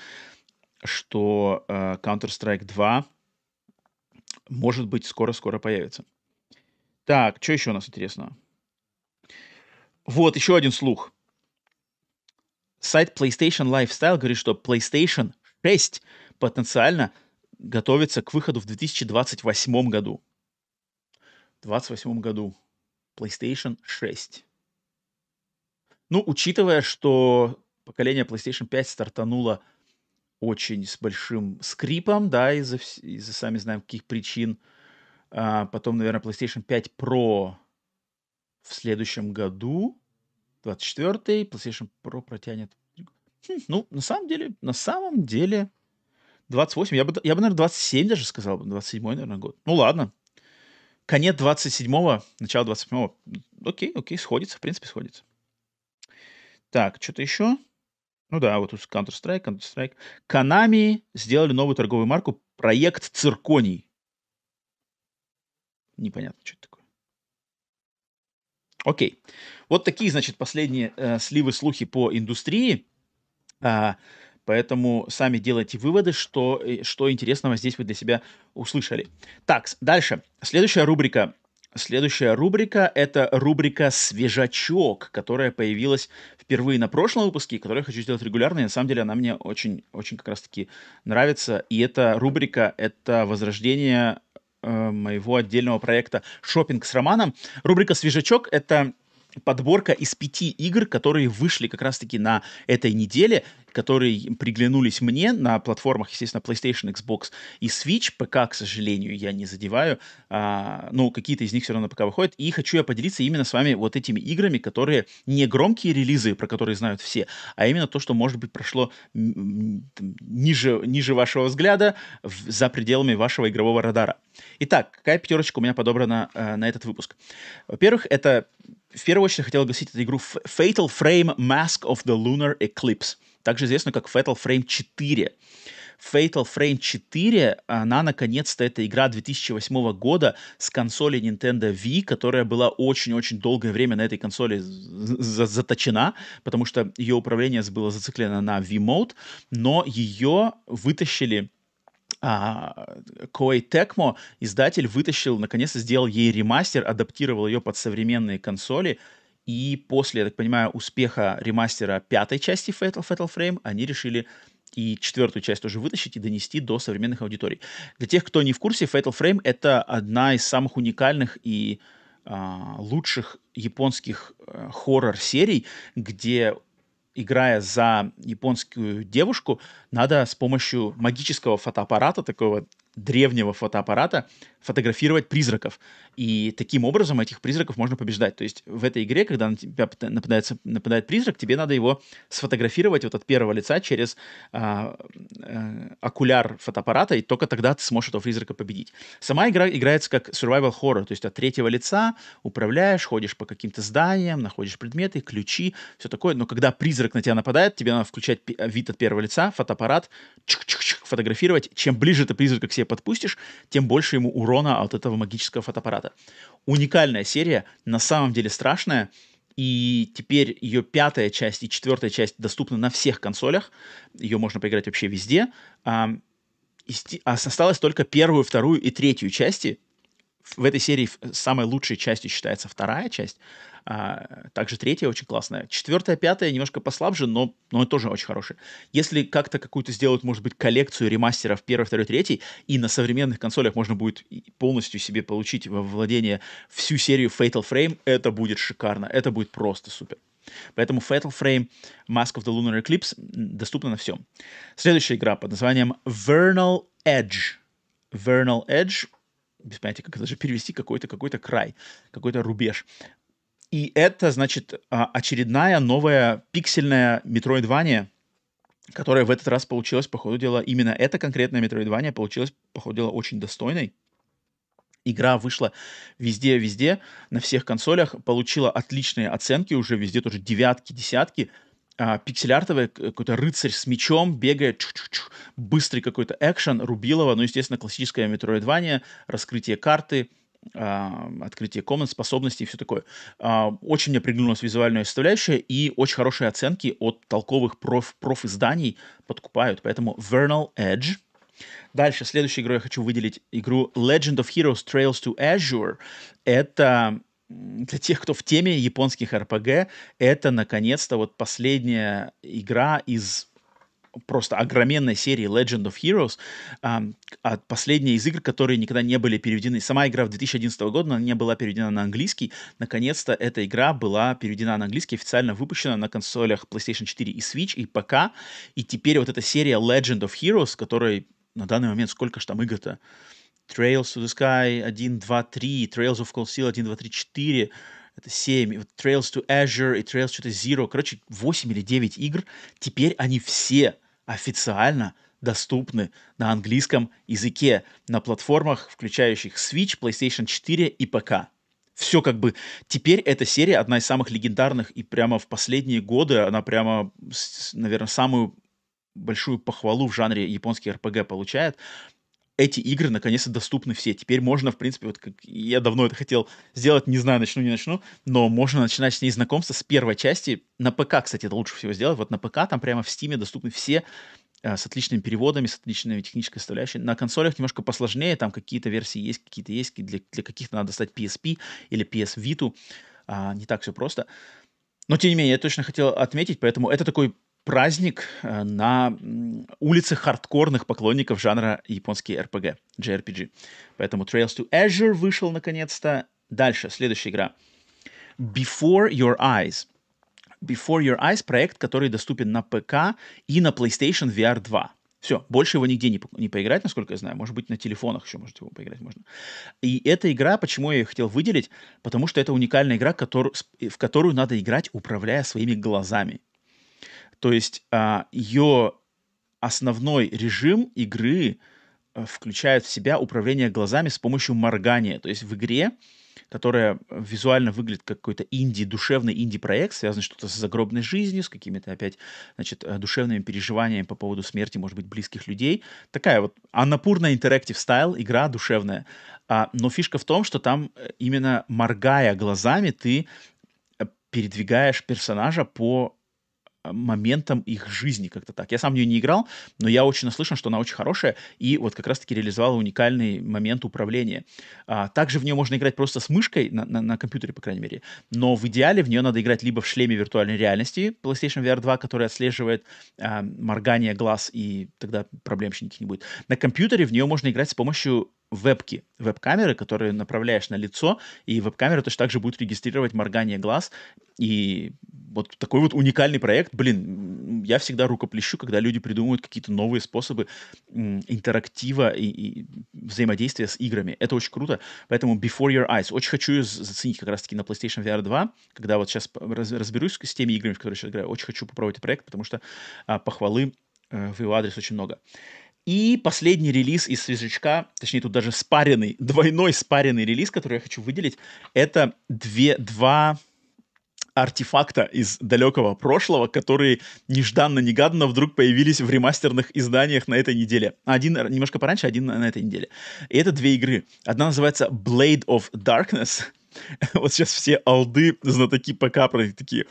A: что э, Counter-Strike два, может быть, скоро-скоро появится. Так, что еще у нас интересного? Вот, еще один слух. Сайт PlayStation Lifestyle говорит, что PlayStation шесть потенциально готовится к выходу в две тысячи двадцать восьмом году. В двадцать восьмом году PlayStation шесть. Ну, учитывая, что поколение PlayStation пять стартануло очень с большим скрипом, да, из-за, вс- из-за сами знаем каких причин. А потом, наверное, PlayStation пять Pro в следующем году. двадцать четвёртый, PlayStation Pro протянет. Хм, ну, на самом деле, на самом деле, двадцать восемь, я бы, д- я бы, наверное, двадцать семь даже сказал, бы, двадцать седьмой, наверное, год. Ну, ладно. Конец двадцать седьмого, начало двадцать восьмого. Окей, окей, сходится, в принципе, сходится. Так, что-то еще? Ну да, вот тут Counter-Strike, Counter-Strike. Konami сделали новую торговую марку, проект Цирконий. Непонятно, что это такое. Окей. Вот такие, значит, последние э, сливы, слухи по индустрии. А, поэтому сами делайте выводы, что, э, что интересного здесь вы для себя услышали. Так, с- дальше. Следующая рубрика. Следующая рубрика — это рубрика «Свежачок», которая появилась впервые на прошлом выпуске, и которую я хочу сделать регулярно. И на самом деле она мне очень, очень как раз-таки нравится. И эта рубрика — это возрождение э, моего отдельного проекта «Шопинг с Романом». Рубрика «Свежачок» — это подборка из пяти игр, которые вышли как раз-таки на этой неделе, которые приглянулись мне на платформах, естественно, PlayStation, Xbox и Switch. ПК, к сожалению, я не задеваю, а, но какие-то из них все равно пока выходят. И хочу я поделиться именно с вами вот этими играми, которые не громкие релизы, про которые знают все, а именно то, что, может быть, прошло м, м, ниже, ниже вашего взгляда, в- за пределами вашего игрового радара. Итак, какая пятерочка у меня подобрана э, на этот выпуск? Во-первых, это в первую очередь я хотел огласить эту игру F- Fatal Frame Mask of the Lunar Eclipse, также известную как Fatal Frame четыре. Fatal Frame четыре, она, наконец-то, это игра две тысячи восьмого года с консоли Nintendo Wii, которая была очень-очень долгое время на этой консоли з- з- заточена, потому что ее управление было зациклено на Wii-мode, но ее вытащили а, Koei Tecmo, издатель, вытащил, наконец-то сделал ей ремастер, адаптировал ее под современные консоли, и после, я так понимаю, успеха ремастера пятой части Fatal, Fatal Frame, они решили и четвертую часть тоже вытащить и донести до современных аудиторий. Для тех, кто не в курсе, Fatal Frame — это одна из самых уникальных и а, лучших японских э, хоррор-серий, где, играя за японскую девушку, надо с помощью магического фотоаппарата, такого древнего фотоаппарата, фотографировать призраков. И таким образом этих призраков можно побеждать. То есть в этой игре, когда на тебя пыта- нападается, нападает призрак, тебе надо его сфотографировать вот от первого лица через а, э, окуляр фотоаппарата, и только тогда ты сможешь этого призрака победить. Сама игра играется как survival horror, то есть от третьего лица управляешь, ходишь по каким-то зданиям, находишь предметы, ключи, все такое. Но когда призрак на тебя нападает, тебе надо включать пи- вид от первого лица, фотоаппарат, чик-чик-чик, фотографировать. Чем ближе ты призрака к себе подпустишь, тем больше ему урона от этого магического фотоаппарата. Уникальная серия, на самом деле страшная. И теперь ее пятая часть и четвертая часть доступны на всех консолях. Ее можно поиграть вообще везде. А, и сти- а осталось только первую, вторую и третью части. В этой серии ф- самой лучшей частью считается вторая часть. А, также третья очень классная. Четвертая, пятая немножко послабже, но, но тоже очень хорошие. Если как-то какую-то сделают, может быть, коллекцию ремастеров первой, второй, третьей, и на современных консолях можно будет и полностью себе получить во владение всю серию Fatal Frame, это будет шикарно. Это будет просто супер. Поэтому Fatal Frame Mask of the Lunar Eclipse м, доступна на всем. Следующая игра под названием Vernal Edge. Vernal Edge, без понятия, как это даже перевести, какой-то какой-то край, какой-то рубеж. И это, значит, а, очередная новая пиксельная метроидвания, которая в этот раз получилась, по ходу дела, именно эта конкретная метроидвания получилась, по ходу дела, очень достойной. Игра вышла везде-везде, на всех консолях, получила отличные оценки, уже везде тоже девятки, десятки. А, пиксель-артовый к- какой-то рыцарь с мечом бегает, чух-чух-чух, быстрый какой-то экшен, рубилово, ну, естественно, классическое метроидвания, раскрытие карты, а, открытие комнат, способностей и все такое. А, очень мне приглянулась визуальная составляющая, и очень хорошие оценки от толковых проф, профизданий подкупают, поэтому Vernal Edge. Дальше, следующей игрой я хочу выделить игру Legend of Heroes Trails to Azure. Это м, для тех, кто в теме японских эр пи джи, это, наконец-то, вот последняя игра из просто огроменной серии Legend of Heroes, ам, а последняя из игр, которые никогда не были переведены. Сама игра в две тысячи одиннадцатого года, но она не была переведена на английский. Наконец-то эта игра была переведена на английский, официально выпущена на консолях PlayStation четыре и Switch, и ПК. И теперь вот эта серия Legend of Heroes, которой на данный момент сколько ж там игр-то? Trails to the Sky один, два, три, Trails of Cold Steel один, два, три, четыре, это семь, вот Trails to Azure и Trails to Zero, короче, восемь или девять игр, теперь они все официально доступны на английском языке на платформах, включающих Switch, PlayStation четыре и ПК. Все как бы... Теперь эта серия одна из самых легендарных, и прямо в последние годы она прямо, наверное, самую большую похвалу в жанре японский эр пи джи получает. Эти игры наконец-то доступны все. Теперь можно, в принципе, вот как я давно это хотел сделать, не знаю, начну, не начну, но можно начинать с ней знакомство с первой части. На ПК, кстати, это лучше всего сделать. Вот на ПК там прямо в Стиме доступны все э, с отличными переводами, с отличной технической составляющей. На консолях немножко посложнее, там какие-то версии есть, какие-то есть, для, для каких-то надо достать пи эс пи или пи эс Vita. А, не так все просто. Но, тем не менее, я точно хотел отметить, поэтому это такой праздник э, на м, улицах хардкорных поклонников жанра японский эр пи джи, джей ар пи джи. Поэтому Trails to Azure вышел наконец-то. Дальше, следующая игра. Before Your Eyes. Before Your Eyes — проект, который доступен на ПК и на PlayStation ви ар два. Все, больше его нигде не, по- не поиграть, насколько я знаю. Может быть, на телефонах еще можете его поиграть можно. И эта игра, почему я ее хотел выделить? Потому что это уникальная игра, котор- с- в которую надо играть, управляя своими глазами. То есть а, ее основной режим игры а, включает в себя управление глазами с помощью моргания. То есть в игре, которая э, визуально выглядит как какой-то инди, душевный инди-проект, связанный что-то с загробной жизнью, с какими-то опять, значит, э, душевными переживаниями по поводу смерти, может быть, близких людей. Такая вот Annapurna Interactive Style, игра душевная. А, но фишка в том, что там э, именно моргая глазами ты э, передвигаешь персонажа по э, моментам их жизни, как-то так. Я сам в нее не играл, но я очень наслышан, что она очень хорошая, и вот как раз-таки реализовала уникальный момент управления. А, также в нее можно играть просто с мышкой, на, на- на компьютере, по крайней мере, но в идеале в нее надо играть либо в шлеме виртуальной реальности PlayStation ви ар два, который отслеживает а, моргание глаз, и тогда проблем вообще никаких не будет. На компьютере в нее можно играть с помощью вебки, веб-камеры, которые направляешь на лицо, и веб-камера точно так же будет регистрировать моргание глаз. И вот такой вот уникальный проект. Блин, м, я всегда рукоплещу, когда люди придумывают какие-то новые способы м, интерактива и, и взаимодействия с играми. Это очень круто. Поэтому Before Your Eyes. Очень хочу ее з- заценить как раз-таки на PlayStation ви ар два, когда вот сейчас п- раз- разберусь с теми играми, в которые сейчас играю. Очень хочу попробовать этот проект, потому что а, похвалы э, в его адрес очень много. И последний релиз из свежачка, точнее, тут даже спаренный, двойной спаренный релиз, который я хочу выделить, это две, два артефакта из далекого прошлого, которые нежданно-негаданно вдруг появились в ремастерных изданиях на этой неделе. Один р- немножко пораньше, один на на этой неделе. И это две игры. Одна называется Blade of Darkness. Вот сейчас все алды, знатоки ПК, про такие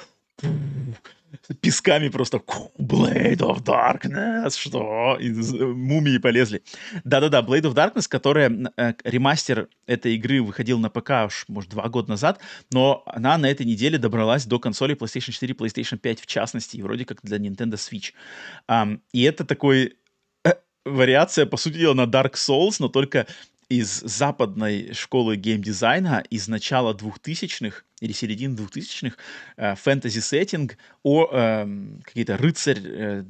A: песками просто Blade of Darkness, что? И з- мумии полезли. Да-да-да, Blade of Darkness, которая н- э, ремастер этой игры выходил на ПК, уж, может, два года назад, но она на этой неделе добралась до консолей PlayStation четыре, PlayStation пять в частности, и вроде как для Nintendo Switch. Ам, и это такой э, вариация, по сути дела, на Dark Souls, но только из западной школы геймдизайна, из начала двухтысячных или середины двухтысячных, э, фэнтези-сеттинг, о эм, какие-то рыцарь, э,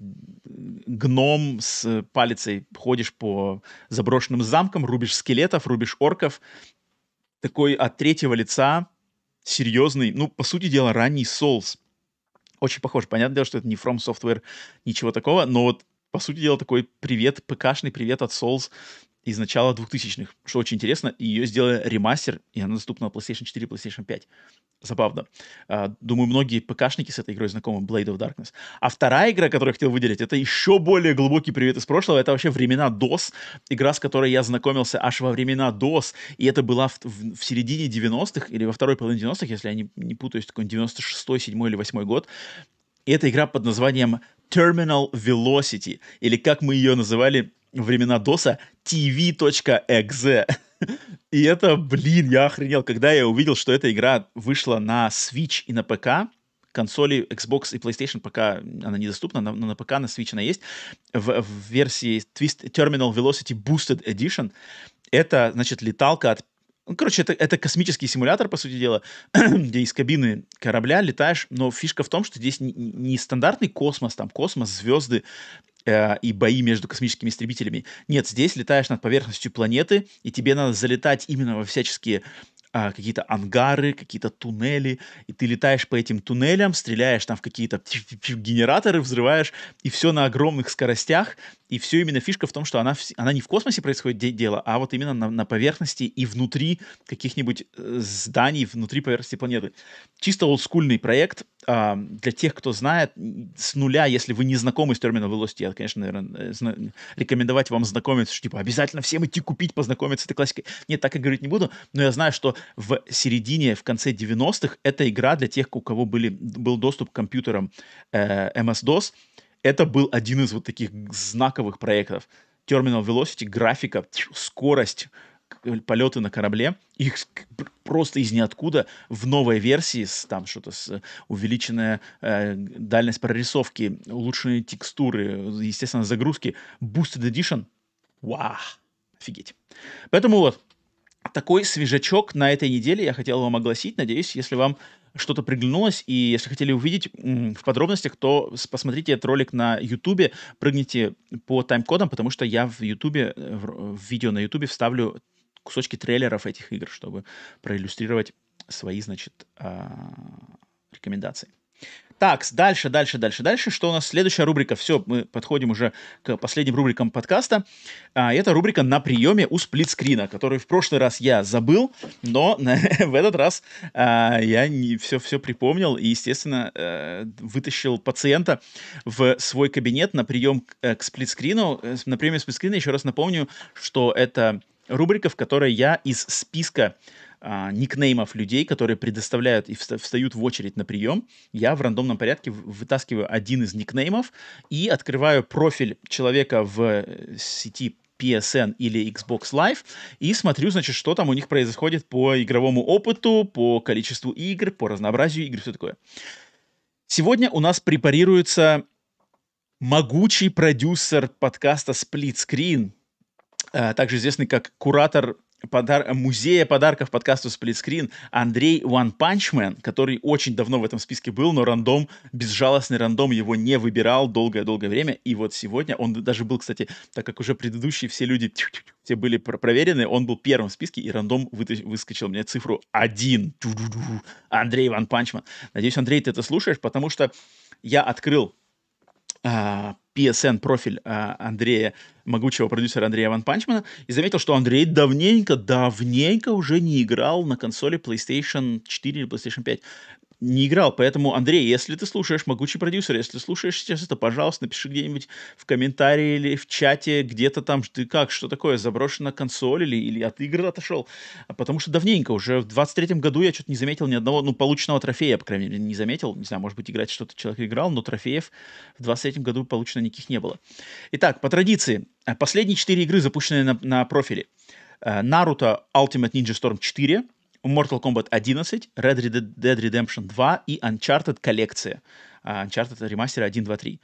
A: гном с палицей, ходишь по заброшенным замкам, рубишь скелетов, рубишь орков, такой от третьего лица, серьезный, ну, по сути дела, ранний Souls. Очень похож. Понятное дело, что это не From Software, ничего такого, но вот, по сути дела, такой привет, ПКшный привет от Souls из начала двухтысячных, что очень интересно. И ее сделали ремастер, и она доступна на PlayStation четыре, PlayStation пять. Забавно. А, Думаю, многие ПКшники с этой игрой знакомы, Blade of Darkness. А вторая игра, которую я хотел выделить, это еще более глубокий привет из прошлого. Это вообще времена дос. Игра, с которой я знакомился аж во времена дос. И это была в, в- в середине девяностых или во второй половине девяностых, если я не, не путаюсь, такой девяносто шестой, седьмой или восьмой год. И это игра под названием Terminal Velocity, или как мы ее называли во времена доса, ти ви.exe. И это, блин, я охренел, когда я увидел, что эта игра вышла на Switch и на ПК, консоли Xbox и PlayStation пока она недоступна, но на ПК, на Switch она есть, в, в версии Twist Terminal Velocity Boosted Edition. Это, значит, леталка от... Ну, короче, это, это космический симулятор, по сути дела, где из кабины корабля летаешь, но фишка в том, что здесь не, не стандартный космос, там космос, звезды э, и бои между космическими истребителями. Нет, здесь летаешь над поверхностью планеты, и тебе надо залетать именно во всяческие а, какие-то ангары, какие-то туннели, и ты летаешь по этим туннелям, стреляешь там в какие-то генераторы, взрываешь, и все на огромных скоростях, и все именно фишка в том, что она, вс- она не в космосе происходит де- дело, а вот именно на, на поверхности и внутри каких-нибудь э, зданий, внутри поверхности планеты. Чисто олдскульный проект. а, Для тех, кто знает, н- с нуля, если вы не знакомы с Terminal Velocity, я, конечно, наверное, зна- рекомендовать вам знакомиться, что, типа, обязательно всем идти купить, познакомиться с этой классикой. Нет, так и говорить не буду, но я знаю, что в середине, в конце девяностых эта игра для тех, у кого были, был доступ к компьютерам э, эм эс-дос, это был один из вот таких знаковых проектов. Terminal Velocity, графика, тьфу, скорость, к- полеты на корабле, их с- к- пр- просто из ниоткуда в новой версии, с, там что-то с э, увеличенная э, дальность прорисовки, улучшенные текстуры, естественно, загрузки, Boosted Edition. Вау, офигеть. Поэтому вот, такой свежачок на этой неделе я хотел вам огласить. Надеюсь, если вам что-то приглянулось, и если хотели увидеть м, в подробностях, то с- посмотрите этот ролик на Ютубе, прыгните по тайм-кодам, потому что я в Ютубе, э, в, р- в видео на Ютубе вставлю кусочки трейлеров этих игр, чтобы проиллюстрировать свои, значит, а, рекомендации. Так, дальше, дальше, дальше, дальше. Что у нас? Следующая рубрика. Все, мы подходим уже к последним рубрикам подкаста. А, это рубрика «На приеме у сплитскрина», которую в прошлый раз я забыл, но на- в этот раз а, я не, все, все припомнил и, естественно, э, вытащил пациента в свой кабинет на прием к, э, к сплитскрину. Э, На приеме сплитскрина, еще раз напомню, что это рубрика, в которой я из списка а, никнеймов людей, которые предоставляют и вста- встают в очередь на прием, я в рандомном порядке в- вытаскиваю один из никнеймов и открываю профиль человека в э, сети пи эс эн или Xbox Live и смотрю, значит, что там у них происходит по игровому опыту, по количеству игр, по разнообразию игр, все такое. Сегодня у нас препарируется могучий продюсер подкаста Split Screen, э, также известный как куратор подар- музея подарков подкасту Split Screen Андрей One Punch Man, который очень давно в этом списке был, но рандом, безжалостный рандом его не выбирал долгое-долгое время. И вот сегодня он даже был, кстати, так как уже предыдущие все люди все были про- проверены, он был первым в списке, и рандом выта- выскочил мне цифру один. Андрей One Punch Man. Надеюсь, Андрей, ты это слушаешь, потому что я открыл а, пи эс эн профиль а, Андрея, могучего продюсера Андрея Ван Панчмана, и заметил, что Андрей давненько, давненько уже не играл на консоли PlayStation четыре или PlayStation пять. Не играл, поэтому, Андрей, если ты слушаешь, могучий продюсер, если слушаешь сейчас это, пожалуйста, напиши где-нибудь в комментарии или в чате, где-то там, ты как, что такое, заброшена консоль или, или от игр отошел, А потому что давненько, уже в двадцать третьем году я что-то не заметил ни одного, ну, полученного трофея, по крайней мере, не заметил, не знаю, может быть, играть что-то человек играл, но трофеев в двадцать третьем году получено никаких не было. Итак, по традиции, э, последние четыре игры, запущенные на, на профиле. Э, Naruto Ultimate Ninja Storm четыре, Mortal Kombat одиннадцать, Red Dead Redemption два и Uncharted коллекция. А, Uncharted ремастер один, два, три.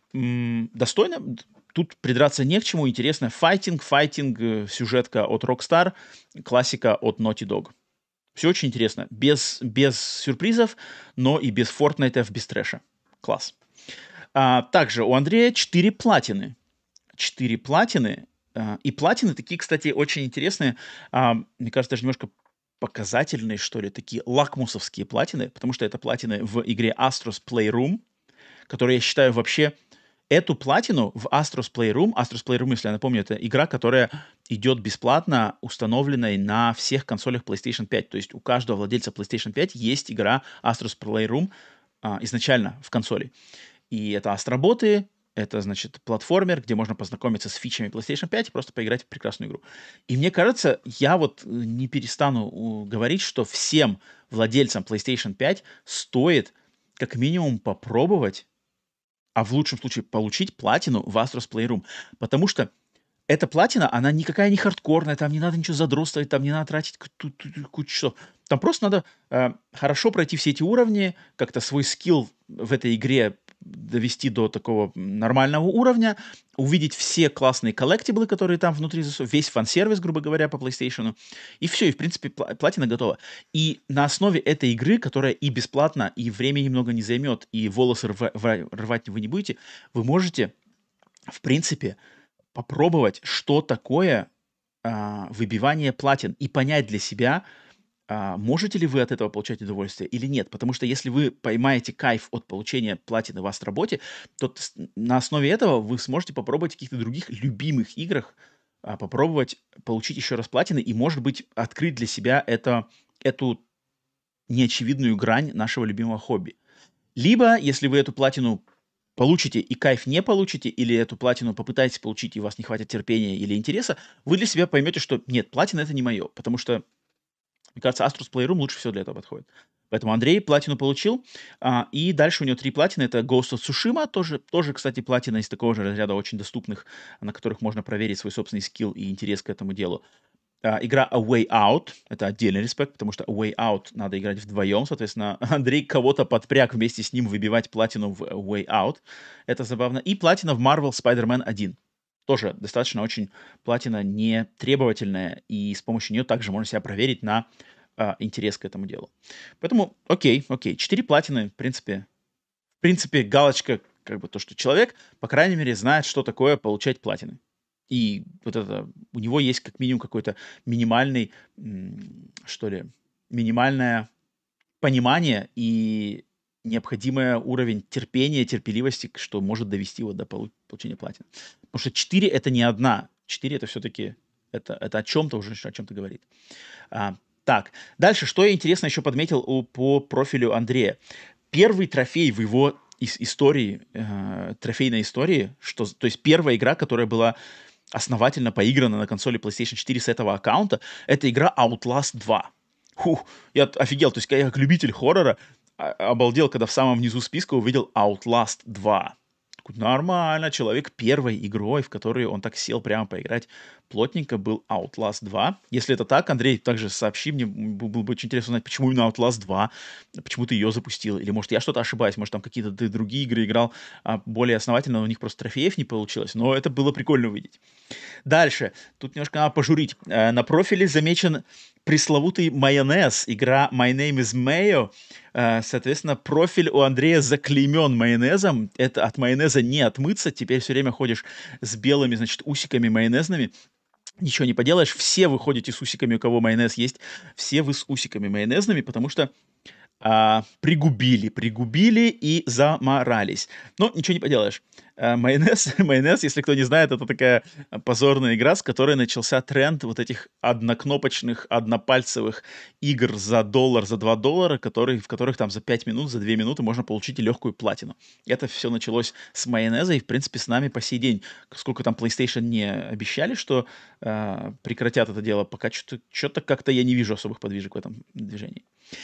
A: М, Достойно. Д- Тут придраться не к чему. Интересно. Файтинг, файтинг, э, сюжетка от Rockstar, классика от Naughty Dog. Все очень интересно. Без, без сюрпризов, но и без Fortnite, без трэша. Класс. А, также у Андрея четыре платины. четыре платины. а, И платины такие, кстати, очень интересные. а, Мне кажется, даже немножко показательные, что ли, такие лакмусовские платины, потому что это платины в игре Astro's Playroom, которая, я считаю, вообще эту платину в Astro's Playroom, Astro's Playroom, если я напомню, это игра, которая идет бесплатно, установленной на всех консолях PlayStation пять. То есть у каждого владельца PlayStation пять есть игра Astro's Playroom а, изначально в консоли. И это астроботы, это, значит, платформер, где можно познакомиться с фичами PlayStation пять и просто поиграть в прекрасную игру. И мне кажется, я вот э, не перестану у, говорить, что всем владельцам PlayStation пять стоит как минимум попробовать, а в лучшем случае получить платину в Astro's Playroom. Потому что эта платина, она никакая не хардкорная, там не надо ничего задротствовать, там не надо тратить ку- ту- ту- ту- кучу часов. Там просто надо э, хорошо пройти все эти уровни, как-то свой скилл в этой игре довести до такого нормального уровня, увидеть все классные коллектиблы, которые там внутри, засу- весь фан-сервис, грубо говоря, по PlayStation, и все, и в принципе пла- платина готова. И на основе этой игры, которая и бесплатна, и времени много не займет, и волосы рва- рва- рвать вы не будете, вы можете, в принципе, попробовать, что такое а, выбивание платин и понять для себя, а, можете ли вы от этого получать удовольствие или нет? Потому что если вы поймаете кайф от получения платины в Астроботе, то т- с- на основе этого вы сможете попробовать в каких-то других любимых играх, а, попробовать получить еще раз платины и, может быть, открыть для себя это, эту неочевидную грань нашего любимого хобби. Либо, если вы эту платину получите и кайф не получите, или эту платину попытаетесь получить, и у вас не хватит терпения или интереса, вы для себя поймете, что нет, платина это не мое, потому что, мне кажется, Astrus Playroom лучше всего для этого подходит. Поэтому Андрей платину получил, а, и дальше у него три платины. Это Ghost of Tsushima, тоже, тоже, кстати, платина из такого же разряда очень доступных, на которых можно проверить свой собственный скилл и интерес к этому делу. А, игра A Way Out, это отдельный респект, потому что A Way Out надо играть вдвоем, соответственно, Андрей кого-то подпряг вместе с ним выбивать платину в A Way Out, это забавно. И платина в Marvel Spider-Man один, тоже достаточно очень платина не требовательная, и с помощью нее также можно себя проверить на а, интерес к этому делу. Поэтому, окей, окей, четыре платины, в принципе, в принципе, галочка, как бы то, что человек, по крайней мере, знает, что такое получать платины. И вот это, у него есть как минимум какой-то минимальный, м, что ли, минимальное понимание и необходимый уровень терпения, терпеливости, к- что может довести его до полу- получения платины. Потому что четыре это не одна. четыре это все-таки, это, это о чем-то уже, о чем-то говорит. А, так, дальше, что я интересно еще подметил у- по профилю Андрея. Первый трофей в его ис- истории, э, трофейной истории, что, то есть первая игра, которая была основательно поиграна на консоли PlayStation четыре с этого аккаунта, это игра Outlast два. Фух, я офигел, то есть я как любитель хоррора а- обалдел, когда в самом низу списка увидел Outlast два. Такой, нормально, человек первой игрой, в которой он так сел прямо поиграть плотненько, был Outlast два. Если это так, Андрей, также сообщи мне, м, было бы очень интересно узнать, почему именно Outlast два, почему ты ее запустил, или может я что-то ошибаюсь, может там какие-то ты другие игры играл а, более основательно, но у них просто трофеев не получилось, но это было прикольно увидеть. Дальше. Тут немножко надо пожурить. Э, На профиле замечен пресловутый майонез. Игра My Name is Mayo. Э, Соответственно, профиль у Андрея заклеймен майонезом. Это от майонеза не отмыться. Теперь все время ходишь с белыми, значит, усиками майонезными. Ничего не поделаешь. Все вы ходите с усиками, у кого майонез есть. Все вы с усиками майонезными, потому что а, пригубили, пригубили и заморались. Но ничего не поделаешь. А, майонез, майонез, если кто не знает, это такая позорная игра, с которой начался тренд вот этих однокнопочных, однопальцевых игр за доллар, за два доллара, которые, в которых там за пять минут, за две минуты можно получить легкую платину. Это все началось с майонеза, и, в принципе, с нами по сей день. Сколько там PlayStation не обещали, что а, прекратят это дело, пока что-то, что-то как-то я не вижу особых подвижек в этом движении.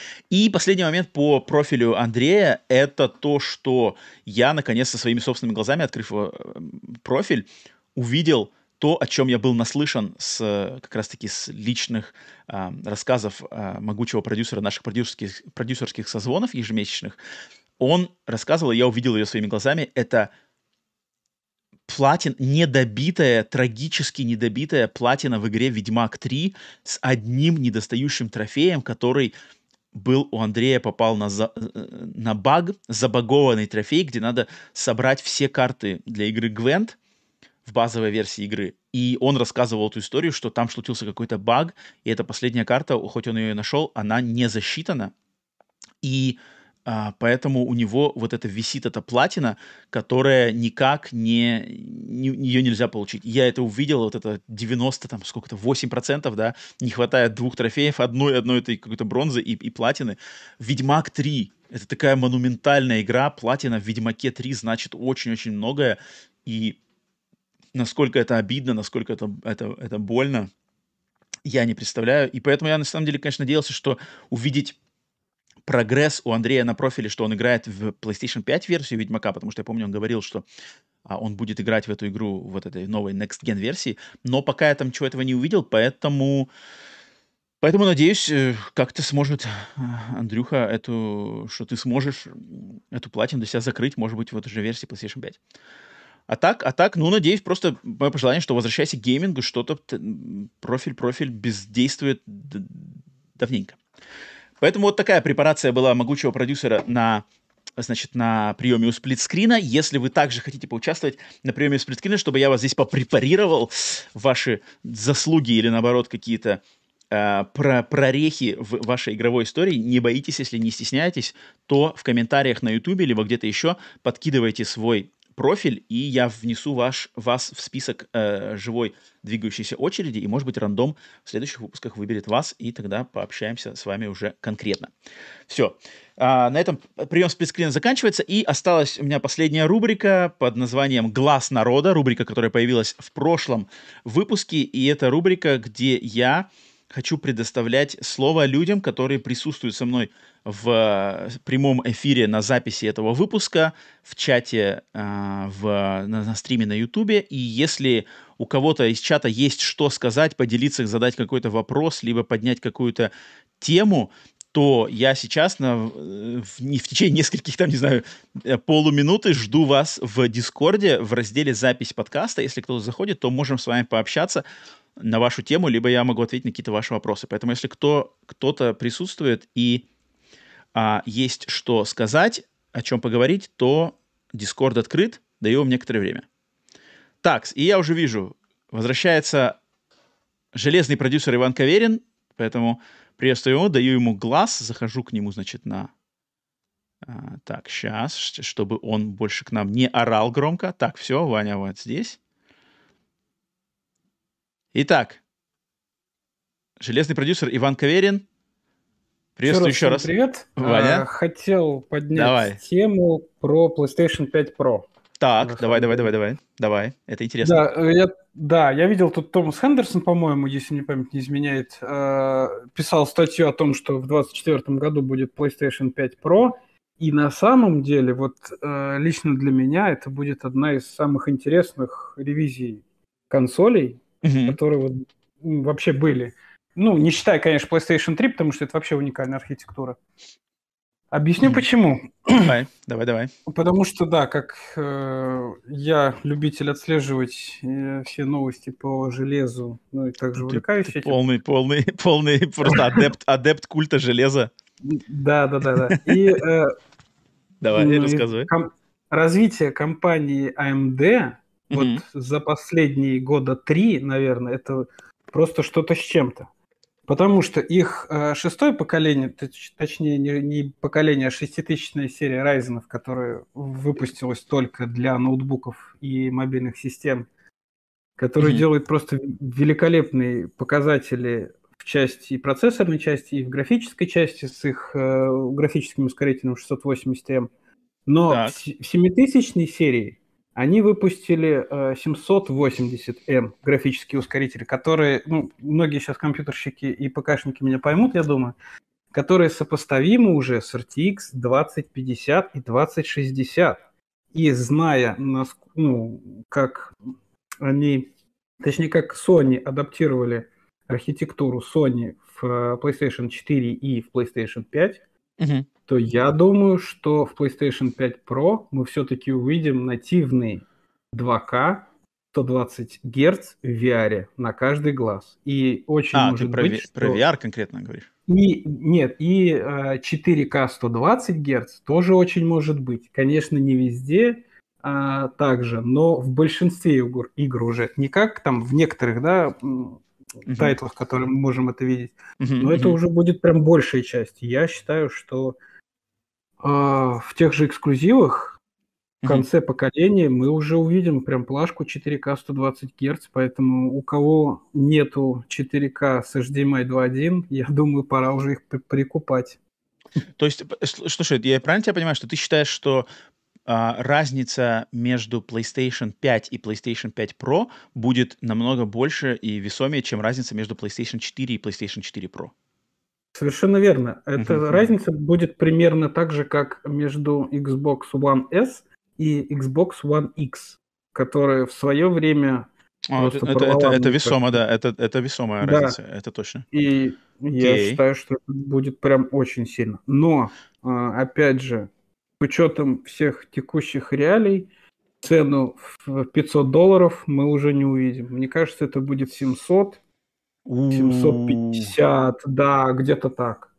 A: И последний момент по профилю Андрея — это то, что я, наконец, со своими собственными глазами, открыв его э, профиль, увидел то, о чем я был наслышан с, э, как раз-таки с личных а, рассказов а, могучего продюсера наших продюсерских, продюсерских созвонов ежемесячных. Он рассказывал, и я увидел ее своими глазами, это платин, недобитая, трагически недобитая платина в игре «Ведьмак три» с одним недостающим трофеем, который был у Андрея, попал на, за, э, на баг, забагованный трофей, где надо собрать все карты для игры Gwent в базовой версии игры. И он рассказывал эту историю, что там случился какой-то баг, и эта последняя карта, хоть он ее и нашел, она не засчитана. И а, поэтому у него вот это висит, эта платина, которая никак не, не... Ее нельзя получить. Я это увидел, вот это девяносто, там, сколько-то, восемь процентов, да, не хватает двух трофеев, одной, одной этой какой-то бронзы и, и платины. Ведьмак три. Это такая монументальная игра. Платина в Ведьмаке три значит очень-очень многое. И насколько это обидно, насколько это, это, это больно, я не представляю. И поэтому я, на самом деле, конечно, надеялся, что увидеть прогресс у Андрея на профиле, что он играет в PlayStation пять версию Ведьмака, потому что я помню, он говорил, что а, он будет играть в эту игру вот этой новой Next Gen версии, но пока я там ничего этого не увидел, поэтому, поэтому надеюсь, э, как-то сможет э, Андрюха эту, что ты сможешь м, эту платину для себя закрыть, может быть, в этой же версии PlayStation пять. А так, а так, ну, надеюсь, просто мое пожелание, что возвращайся к геймингу, что-то т- м, профиль, профиль бездействует д- давненько. Поэтому вот такая препарация была могучего продюсера на, значит, на приеме у сплитскрина. Если вы также хотите поучаствовать на приеме у сплитскрина, чтобы я вас здесь попрепарировал, ваши заслуги или, наоборот, какие-то э, про прорехи в вашей игровой истории, не боитесь, если не стесняетесь, то в комментариях на YouTube либо где-то еще подкидывайте свой профиль, и я внесу ваш, вас в список э, живой двигающейся очереди, и, может быть, рандом в следующих выпусках выберет вас, и тогда пообщаемся с вами уже конкретно. Все. А, на этом прием сплитскрина заканчивается, и осталась у меня последняя рубрика под названием «Глаз народа», рубрика, которая появилась в прошлом выпуске, и это рубрика, где я хочу предоставлять слово людям, которые присутствуют со мной в прямом эфире на записи этого выпуска, в чате, э, в, на, на стриме на Ютубе. И если у кого-то из чата есть что сказать, поделиться, задать какой-то вопрос, либо поднять какую-то тему, то я сейчас на, в, в течение нескольких, там, не знаю, полуминуты жду вас в Дискорде в разделе «Запись подкаста». Если кто-то заходит, то можем с вами пообщаться на вашу тему, либо я могу ответить на какие-то ваши вопросы. Поэтому если кто, кто-то присутствует и а, есть что сказать, о чем поговорить, то Discord открыт, даю вам некоторое время. Так, и я уже вижу, возвращается железный продюсер Иван Каверин, поэтому приветствую его, даю ему глаз, захожу к нему, значит, на... А, так, сейчас, чтобы он больше к нам не орал громко. Так, все, Ваня вот здесь. Итак, железный продюсер Иван Каверин. Приветствую еще раз.
B: Еще раз. Привет.
A: Ваня.
B: А, хотел поднять
A: давай.
B: тему про PlayStation пять Pro.
A: Так, давай, давай, давай, давай, давай. Это интересно.
B: Да, я, да, я видел тут Томас Хендерсон, по-моему, если мне память не изменяет, э, писал статью о том, что в двадцать четвёртом году будет PlayStation пять Pro. И на самом деле, вот э, лично для меня это будет одна из самых интересных ревизий консолей, mm-hmm. которые вот вообще были. Ну, не считая, конечно, PlayStation три, потому что это вообще уникальная архитектура. Объясню, mm-hmm. почему.
A: Давай, давай, давай.
B: Потому что, да, как э, я любитель отслеживать э, все новости по железу, ну и также увлекаюсь этим.
A: Полный, полный, полный просто адепт, адепт культа железа.
B: Да, да, да, да. И э,
A: давай, ну, рассказывай.
B: Ком- развитие компании эй эм ди mm-hmm. вот за последние года три, наверное, это просто что-то с чем-то. Потому что их э, шестое поколение, точ, точнее не, не поколение, а шеститысячная серия Ryzen, которая выпустилась только для ноутбуков и мобильных систем, которые mm-hmm. делают просто великолепные показатели в части и процессорной части, и в графической части с их э, графическим ускорителем шестьсот восемьдесят эм. Но так. в, в семитысячной серии они выпустили э, семьсот восемьдесят эм графические ускорители, которые, ну, многие сейчас компьютерщики и ПКшники меня поймут, я думаю, которые сопоставимы уже с эр ти экс двадцать пятьдесят и двадцать шестьдесят. И зная, ну, как они, точнее, как Sony адаптировали архитектуру Sony в PlayStation четыре и в PlayStation пять, uh-huh. то я думаю, что в PlayStation пять Pro мы все-таки увидим нативный два ка сто двадцать герц в ви ар на каждый глаз. И очень
A: а,
B: может
A: ты про,
B: быть,
A: ви-
B: что...
A: про ви ар конкретно говоришь?
B: И, нет, и э, четыре ка сто двадцать герц тоже очень может быть. Конечно, не везде а, также, но в большинстве игр, игр уже. Не как там в некоторых, да, Uh-huh. тайтлах, которые мы можем это видеть. Uh-huh, но uh-huh. это уже будет прям большая часть. Я считаю, что э, в тех же эксклюзивах uh-huh. в конце поколения мы уже увидим прям плашку четыре ка сто двадцать герц, поэтому у кого нету четыре ка с эйч ди эм ай два точка один, я думаю, пора уже их прикупать.
A: То есть, слушай, я правильно тебя понимаю, что ты считаешь, что Uh, разница между PlayStation пять и PlayStation пять Pro будет намного больше и весомее, чем разница между PlayStation четыре и PlayStation четыре Pro?
B: Совершенно верно. Эта uh-huh. разница будет примерно так же, как между Xbox One S и Xbox One X, которые в свое время...
A: Oh, это, это, это, это весомо, да, это, это весомая да. разница, это точно.
B: И okay. я считаю, что это будет прям очень сильно. Но, опять же, с учетом всех текущих реалий, цену в пятьсот долларов мы уже не увидим. Мне кажется, это будет семьсот, семьсот пятьдесят, да, где-то так.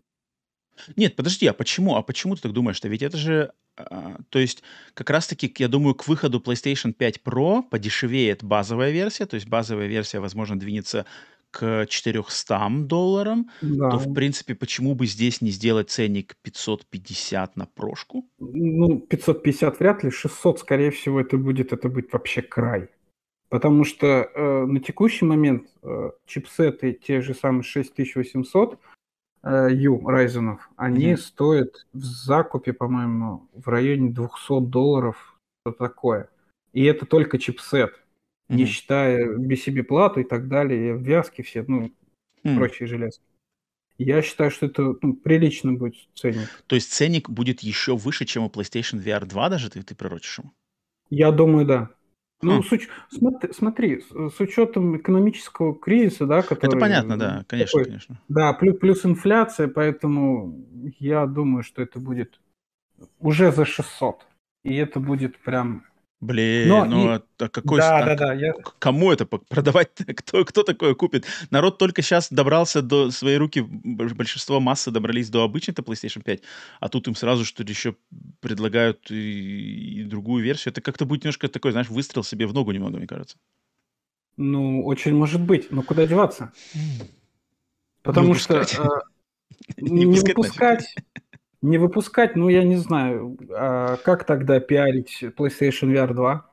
A: Нет, подожди, а почему? А почему ты так думаешь-то? Ведь это же, а, то есть, как раз-таки, я думаю, к выходу PlayStation пять Pro подешевеет базовая версия, то есть базовая версия, возможно, двинется к четырёмстам долларам,
B: Да.
A: то, в принципе, почему бы здесь не сделать ценник пятьсот пятьдесят на прошку?
B: Ну, пятьсот пятьдесят вряд ли, шестьсот, скорее всего, это будет, это будет вообще край. Потому что э, на текущий момент э, чипсеты, те же самые шесть тысяч восемьсот э, U Ryzen, они
A: Мгм.
B: стоят в закупе, по-моему, в районе двести долларов, что такое. И это только чипсет, не
A: Мгм.
B: считая би си би-плату и так далее, и обвязки все, ну,
A: Хм.
B: прочие железки. Я считаю, что это ну, прилично будет ценник.
A: То есть ценник будет еще выше, чем у PlayStation ви ар два даже, ты, ты пророчишь ему?
B: Я думаю, да. Ну,
A: Хм.
B: с уч- смотри, смотри, с, с учетом экономического кризиса, да,
A: Это
B: который
A: понятно,
B: э,
A: да, конечно,
B: такой,
A: конечно.
B: да, плюс, плюс инфляция, поэтому я думаю, что это будет уже за шестьсот. И это будет прям... Но
A: Блин, ну
B: и...
A: а, а какой, с-
B: Да,
A: а
B: да,
A: к-
B: да, я...
A: к- кому это по- продавать? Кто, кто такое купит? Народ только сейчас добрался до своей руки, б- большинство массы добрались до обычной-то PlayStation пять, а тут им сразу что ли еще предлагают и, и другую версию. Это как-то будет немножко такой, знаешь, выстрел себе в ногу немного, мне кажется.
B: Ну, очень может быть. Но куда деваться?
A: Не
B: Потому что
A: выпускать.
B: э,
A: Не
B: не
A: пускать нафиг.
B: выпускать, не выпускать, ну, я не знаю, а как тогда пиарить PlayStation ви ар два?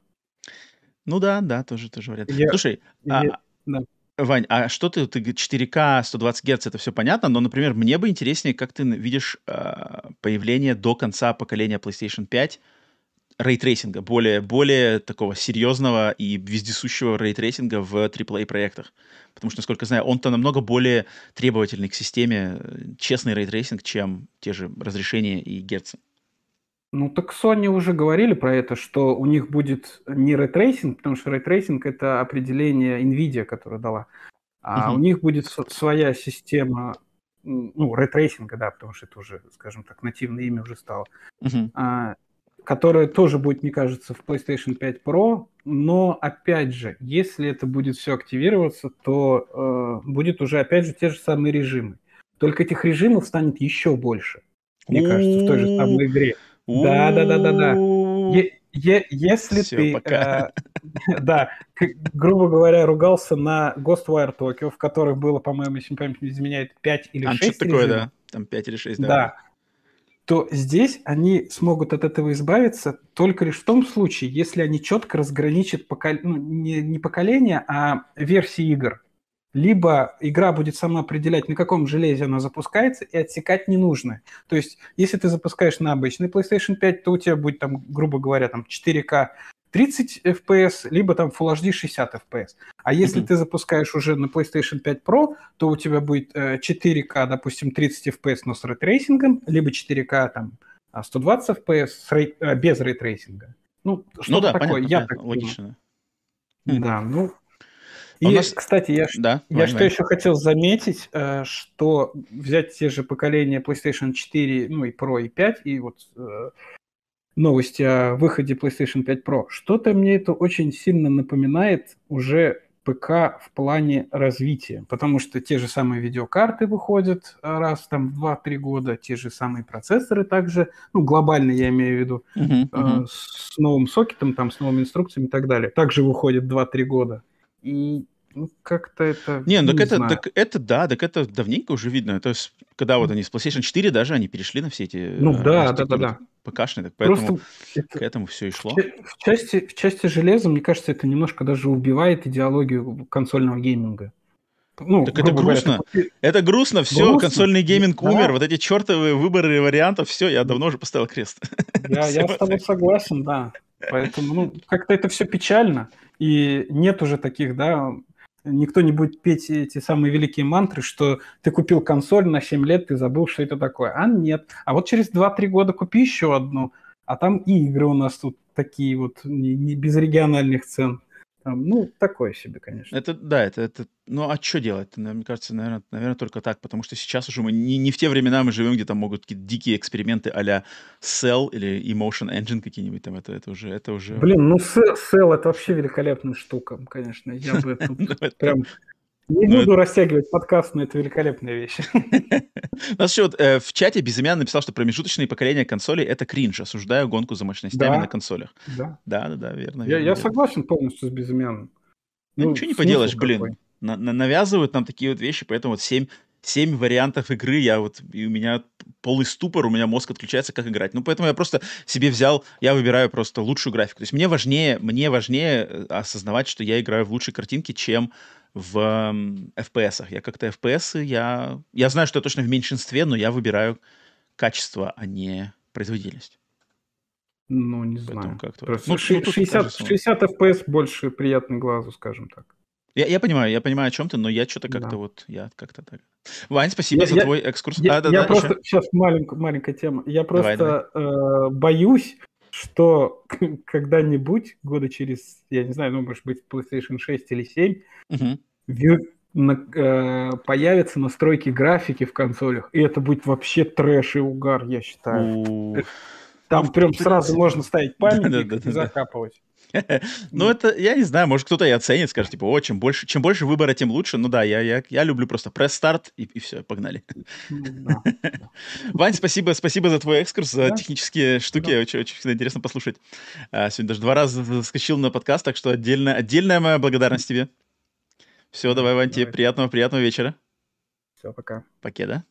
A: Ну да, да, тоже, тоже вариант.
B: Я,
A: Слушай,
B: я-
A: а,
B: да.
A: Вань, а что ты, ты г- четыре ка, сто двадцать Гц, это все понятно, но, например, мне бы интереснее, как ты н- видишь а, появление до конца поколения PlayStation пять рейтрейсинга, более, более такого серьезного и вездесущего рейтрейсинга в трипл эй проектах. Потому что, насколько я знаю, он-то намного более требовательный к системе, э, честный рейтрейсинг, чем те же разрешения и герцы.
B: Ну, так Sony уже говорили про это, что у них будет не рейтрейсинг, потому что рейтрейсинг — это определение NVIDIA, которое дала, а у
A: Мгм.
B: них будет с- своя система, м, ну, рейтрейсинга, да, потому что это уже, скажем так, нативное имя уже стало,
A: Мгм.
B: а, которая тоже будет, мне кажется, в PlayStation пять Pro, но, опять же, если это будет все активироваться, то э, будет уже, опять же, те же самые режимы. Только этих режимов станет еще больше, мне кажется, в той же
A: У,
B: самой игре. Да, да, да, да, да.
A: у,
B: Е- е- если
A: все,
B: ты,
A: пока.
B: э, да, к- грубо говоря, ругался на Ghostwire Tokyo, в которых было, по-моему, если память не изменяет, пять или
A: А, что-то
B: шесть
A: такое,
B: режимов,
A: да. Там пять или шесть, да, вроде.
B: да, то здесь они смогут от этого избавиться только лишь в том случае, если они четко разграничат покол... ну, не, не поколение, а версии игр. Либо игра будет сама определять, на каком железе она запускается, и отсекать не нужно. То есть, если ты запускаешь на обычный PlayStation пять, то у тебя будет, там, грубо говоря, там четыре ка тридцать эф пи эс, либо там Full эйч ди шестьдесят эф пи эс. А если
A: Мгм.
B: ты запускаешь уже на PlayStation пять Pro, то у тебя будет э, четыре ка, допустим, тридцать эф пи эс, но с рейтрейсингом, либо четыре ка там а, сто двадцать эф пи эс с рей- э, без рейтрейсинга. Ну,
A: Ну
B: что-то
A: да,
B: такое,
A: понятно,
B: я так
A: понятно,
B: думаю.
A: логично. Да. Хм.
B: Да, ну,
A: А у
B: и,
A: нас...
B: кстати, я, ш-
A: Да,
B: я
A: Вань,
B: что
A: Вань.
B: еще хотел заметить, э, что взять те же поколения PlayStation четыре, ну и Pro, и пять, и вот э, новости о выходе PlayStation пять Pro, что-то мне это очень сильно напоминает уже ПК в плане развития, потому что те же самые видеокарты выходят а, раз там в два-три года, те же самые процессоры также, ну, глобально я имею в виду,
A: Мгм,
B: э,
A: мгм.
B: с новым сокетом, там, с новыми инструкциями и так далее, также выходит два-три года. И ну, как-то это,
A: Не, ну
B: ну,
A: так
B: не
A: это,
B: знаю.
A: так это да, так это давненько уже видно. То есть, когда вот они с PlayStation четыре даже, они перешли на все эти
B: Ну
A: э,
B: да, да, да,
A: архитектуры
B: да.
A: ПК-шные, так поэтому
B: Просто
A: к
B: это,
A: этому все и
B: в,
A: шло.
B: ча- в части, в части железа, мне кажется, это немножко даже убивает идеологию консольного гейминга. Ну,
A: Так это
B: грубо говоря, ты
A: грустно.
B: купи...
A: Это грустно, все,
B: Грустно.
A: консольный
B: Я-
A: гейминг умер,
B: Да,
A: вот эти чертовые выборы вариантов, все, я давно уже поставил крест.
B: я,
A: Все
B: я с
A: вот
B: тобой
A: так.
B: согласен, да. Поэтому, ну, как-то это все печально. И нет уже таких, да, никто не будет петь эти самые великие мантры, что ты купил консоль на семь лет, ты забыл, что это такое. А нет. А вот через два-три года купи еще одну, а там и игры у нас тут такие вот, не, не без региональных цен. Там, ну, такое себе, конечно.
A: Это, да, это, это, ну, а что делать? Мне кажется, наверное, наверное, только так, потому что сейчас уже мы не, не в те времена мы живем, где там могут какие-то дикие эксперименты а-ля Cell или Emotion Engine какие-нибудь там, это, это уже, это уже...
B: Блин, ну Cell это вообще великолепная штука, конечно. Я бы тут
A: Ну, это-
B: прям не
A: ну,
B: буду растягивать подкаст, но это великолепная вещь.
A: У нас еще вот э, в чате Безымян написал, что промежуточные поколения консолей — это кринж. Осуждаю гонку за мощностями на
B: Да,
A: консолях.
B: да.
A: Да, да, да, верно,
B: Я,
A: верно,
B: я
A: верно.
B: согласен полностью с безымянным.
A: Ну,
B: Ну,
A: ничего не
B: смысл
A: поделаешь,
B: какой?
A: блин. на- на- навязывают нам такие вот вещи, поэтому вот семь, семь вариантов игры, я вот, и у меня полный ступор, у меня мозг отключается, как играть. Ну, поэтому я просто себе взял, я выбираю просто лучшую графику. То есть мне важнее, мне важнее э, осознавать, что я играю в лучшие картинки, чем в м, эф пи эс-ах. Я как-то эф пи эс, я, я знаю, что я точно в меньшинстве, но я выбираю качество, а не производительность.
B: Ну, не
A: Поэтому
B: знаю.
A: как-то вот.
B: Просто
A: Ну,
B: ши-
A: ну, тут та же
B: шестьдесят,
A: самая.
B: шестьдесят эф пи эс больше приятный глазу, скажем так.
A: Я, я понимаю, я понимаю о чем ты, но я что-то как-то
B: Да.
A: вот, я как-то так. Вань, спасибо
B: Я,
A: за
B: я,
A: твой экскурс.
B: я,
A: А,
B: я
A: да-да, еще.
B: просто сейчас маленькая, маленькая тема. Я
A: Давай, давай.
B: просто э, боюсь, что когда-нибудь, года через, я не знаю, ну, может быть, PlayStation шесть или семь,
A: Мгм.
B: вью- на- э, появятся настройки графики в консолях, и это будет вообще трэш и угар, я считаю.
A: У-
B: Там
A: Ну, в
B: прям сразу
A: принципе,
B: можно ставить памятник и
A: да-да-да-да-да.
B: закапывать.
A: Ну,
B: М,
A: это, я не знаю, может, кто-то и оценит, скажет, типа, о, чем больше, чем больше выбора, тем лучше. Ну да, я, я, я люблю просто пресс-старт, и, и все, погнали.
B: м, Да, да,
A: Вань, спасибо, спасибо за твой экскурс, за
B: да,
A: технические штуки,
B: да.
A: очень, очень всегда интересно послушать. А, сегодня даже два раза заскочил на подкаст, так что отдельно, отдельная моя благодарность тебе. Все,
B: Да,
A: давай, Вань, тебе
B: давай.
A: приятного, приятного вечера.
B: Все, пока.
A: Покеда.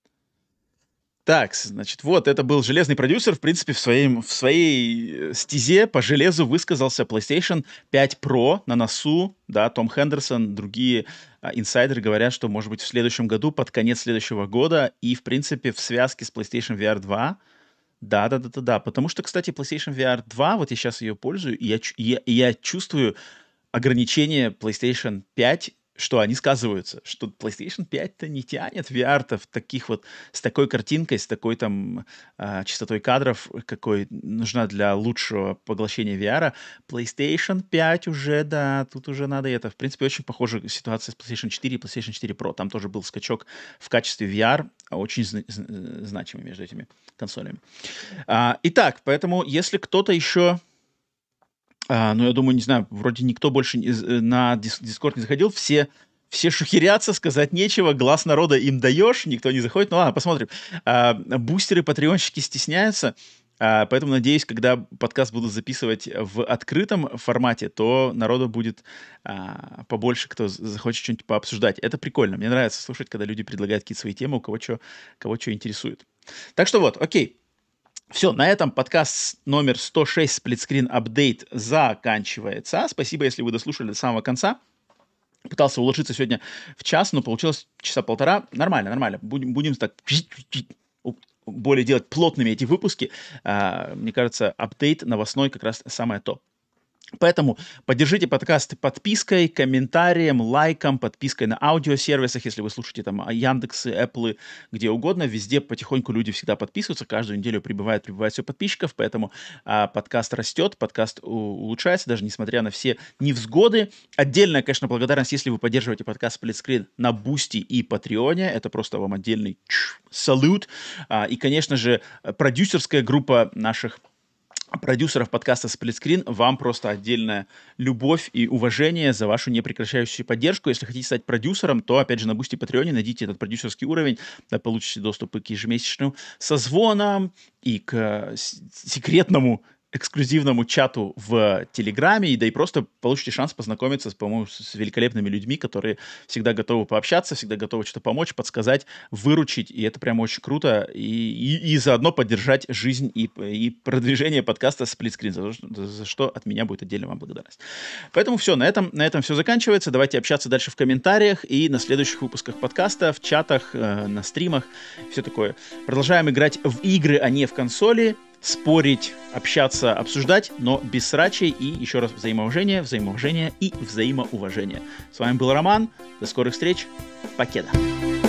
A: Так, значит, вот, это был железный продюсер. В принципе, в, своем, в своей э, стезе по железу высказался PlayStation пять Pro на носу. Да, Том Хендерсон, другие а, инсайдеры говорят, что, может быть, в следующем году, под конец следующего года, и, в принципе, в связке с PlayStation ви ар два. Да, да, да, да, да. Потому что, кстати, PlayStation ви ар два, вот я сейчас ее пользую, и я, чу- и я, и я чувствую ограничения PlayStation пять, что они сказываются, что PlayStation пять-то не тянет ви ар-то в таких вот, с такой картинкой, с такой там а, частотой кадров, какой нужна для лучшего поглощения ви ар. PlayStation пять уже, да, тут уже надо это. В принципе, очень похожа ситуация с PlayStation четыре и PlayStation четыре Pro. Там тоже был скачок в качестве ви ар, очень зна- зна- значимый между этими консолями. А, итак, поэтому, если кто-то еще... А, ну, я думаю, не знаю, вроде никто больше не- из- э, на дис- Дискорд не заходил, все, все шухерятся, сказать нечего, глаз народа им даешь, никто не заходит. Ну ладно, посмотрим. А, бустеры, патреонщики стесняются, а, поэтому, надеюсь, когда подкаст буду записывать в открытом формате, то народу будет а, побольше, кто з- захочет что-нибудь пообсуждать. Это прикольно, мне нравится слушать, когда люди предлагают какие-то свои темы, у кого что кого чё интересует. Так что вот, окей. Все, на этом подкаст номер сто шесть сплитскрин апдейт заканчивается. Спасибо, если вы дослушали до самого конца. Пытался уложиться сегодня в час, но получилось часа полтора. Нормально, нормально. Будем, будем так более делать плотными эти выпуски. А, мне кажется, апдейт новостной как раз самое то. Поэтому поддержите подкаст подпиской, комментарием, лайком, подпиской на аудиосервисах, если вы слушаете там Яндексы, Apple, где угодно. Везде потихоньку люди всегда подписываются, каждую неделю прибывает, прибывает все подписчиков, поэтому а, подкаст растет, подкаст у- улучшается, даже несмотря на все невзгоды. Отдельная, конечно, благодарность, если вы поддерживаете подкаст Splitscreen на Бусти и Патреоне. Это просто вам отдельный чш, салют. А, и, конечно же, продюсерская группа наших продюсеров подкаста Splitscreen, вам просто отдельная любовь и уважение за вашу непрекращающую поддержку. Если хотите стать продюсером, то, опять же, на Boosty и Патреоне найдите этот продюсерский уровень, да, получите доступ и к ежемесячным созвонам, и к э, с- секретному эксклюзивному чату в Телеграме, и да и просто получите шанс познакомиться, с, по-моему, с с великолепными людьми, которые всегда готовы пообщаться, всегда готовы что-то помочь, подсказать, выручить, и это прям очень круто, и, и, и заодно поддержать жизнь и, и продвижение подкаста Splitscreen, за, то, за что от меня будет отдельно вам благодарность. Поэтому все, на этом, на этом все заканчивается. Давайте общаться дальше в комментариях и на следующих выпусках подкаста, в чатах, э, на стримах, все такое. Продолжаем играть в игры, а не в консоли, спорить, общаться, обсуждать, но без срачей и еще раз взаимоуважение, взаимоуважение и взаимоуважение. С вами был Роман. До скорых встреч. Покеда.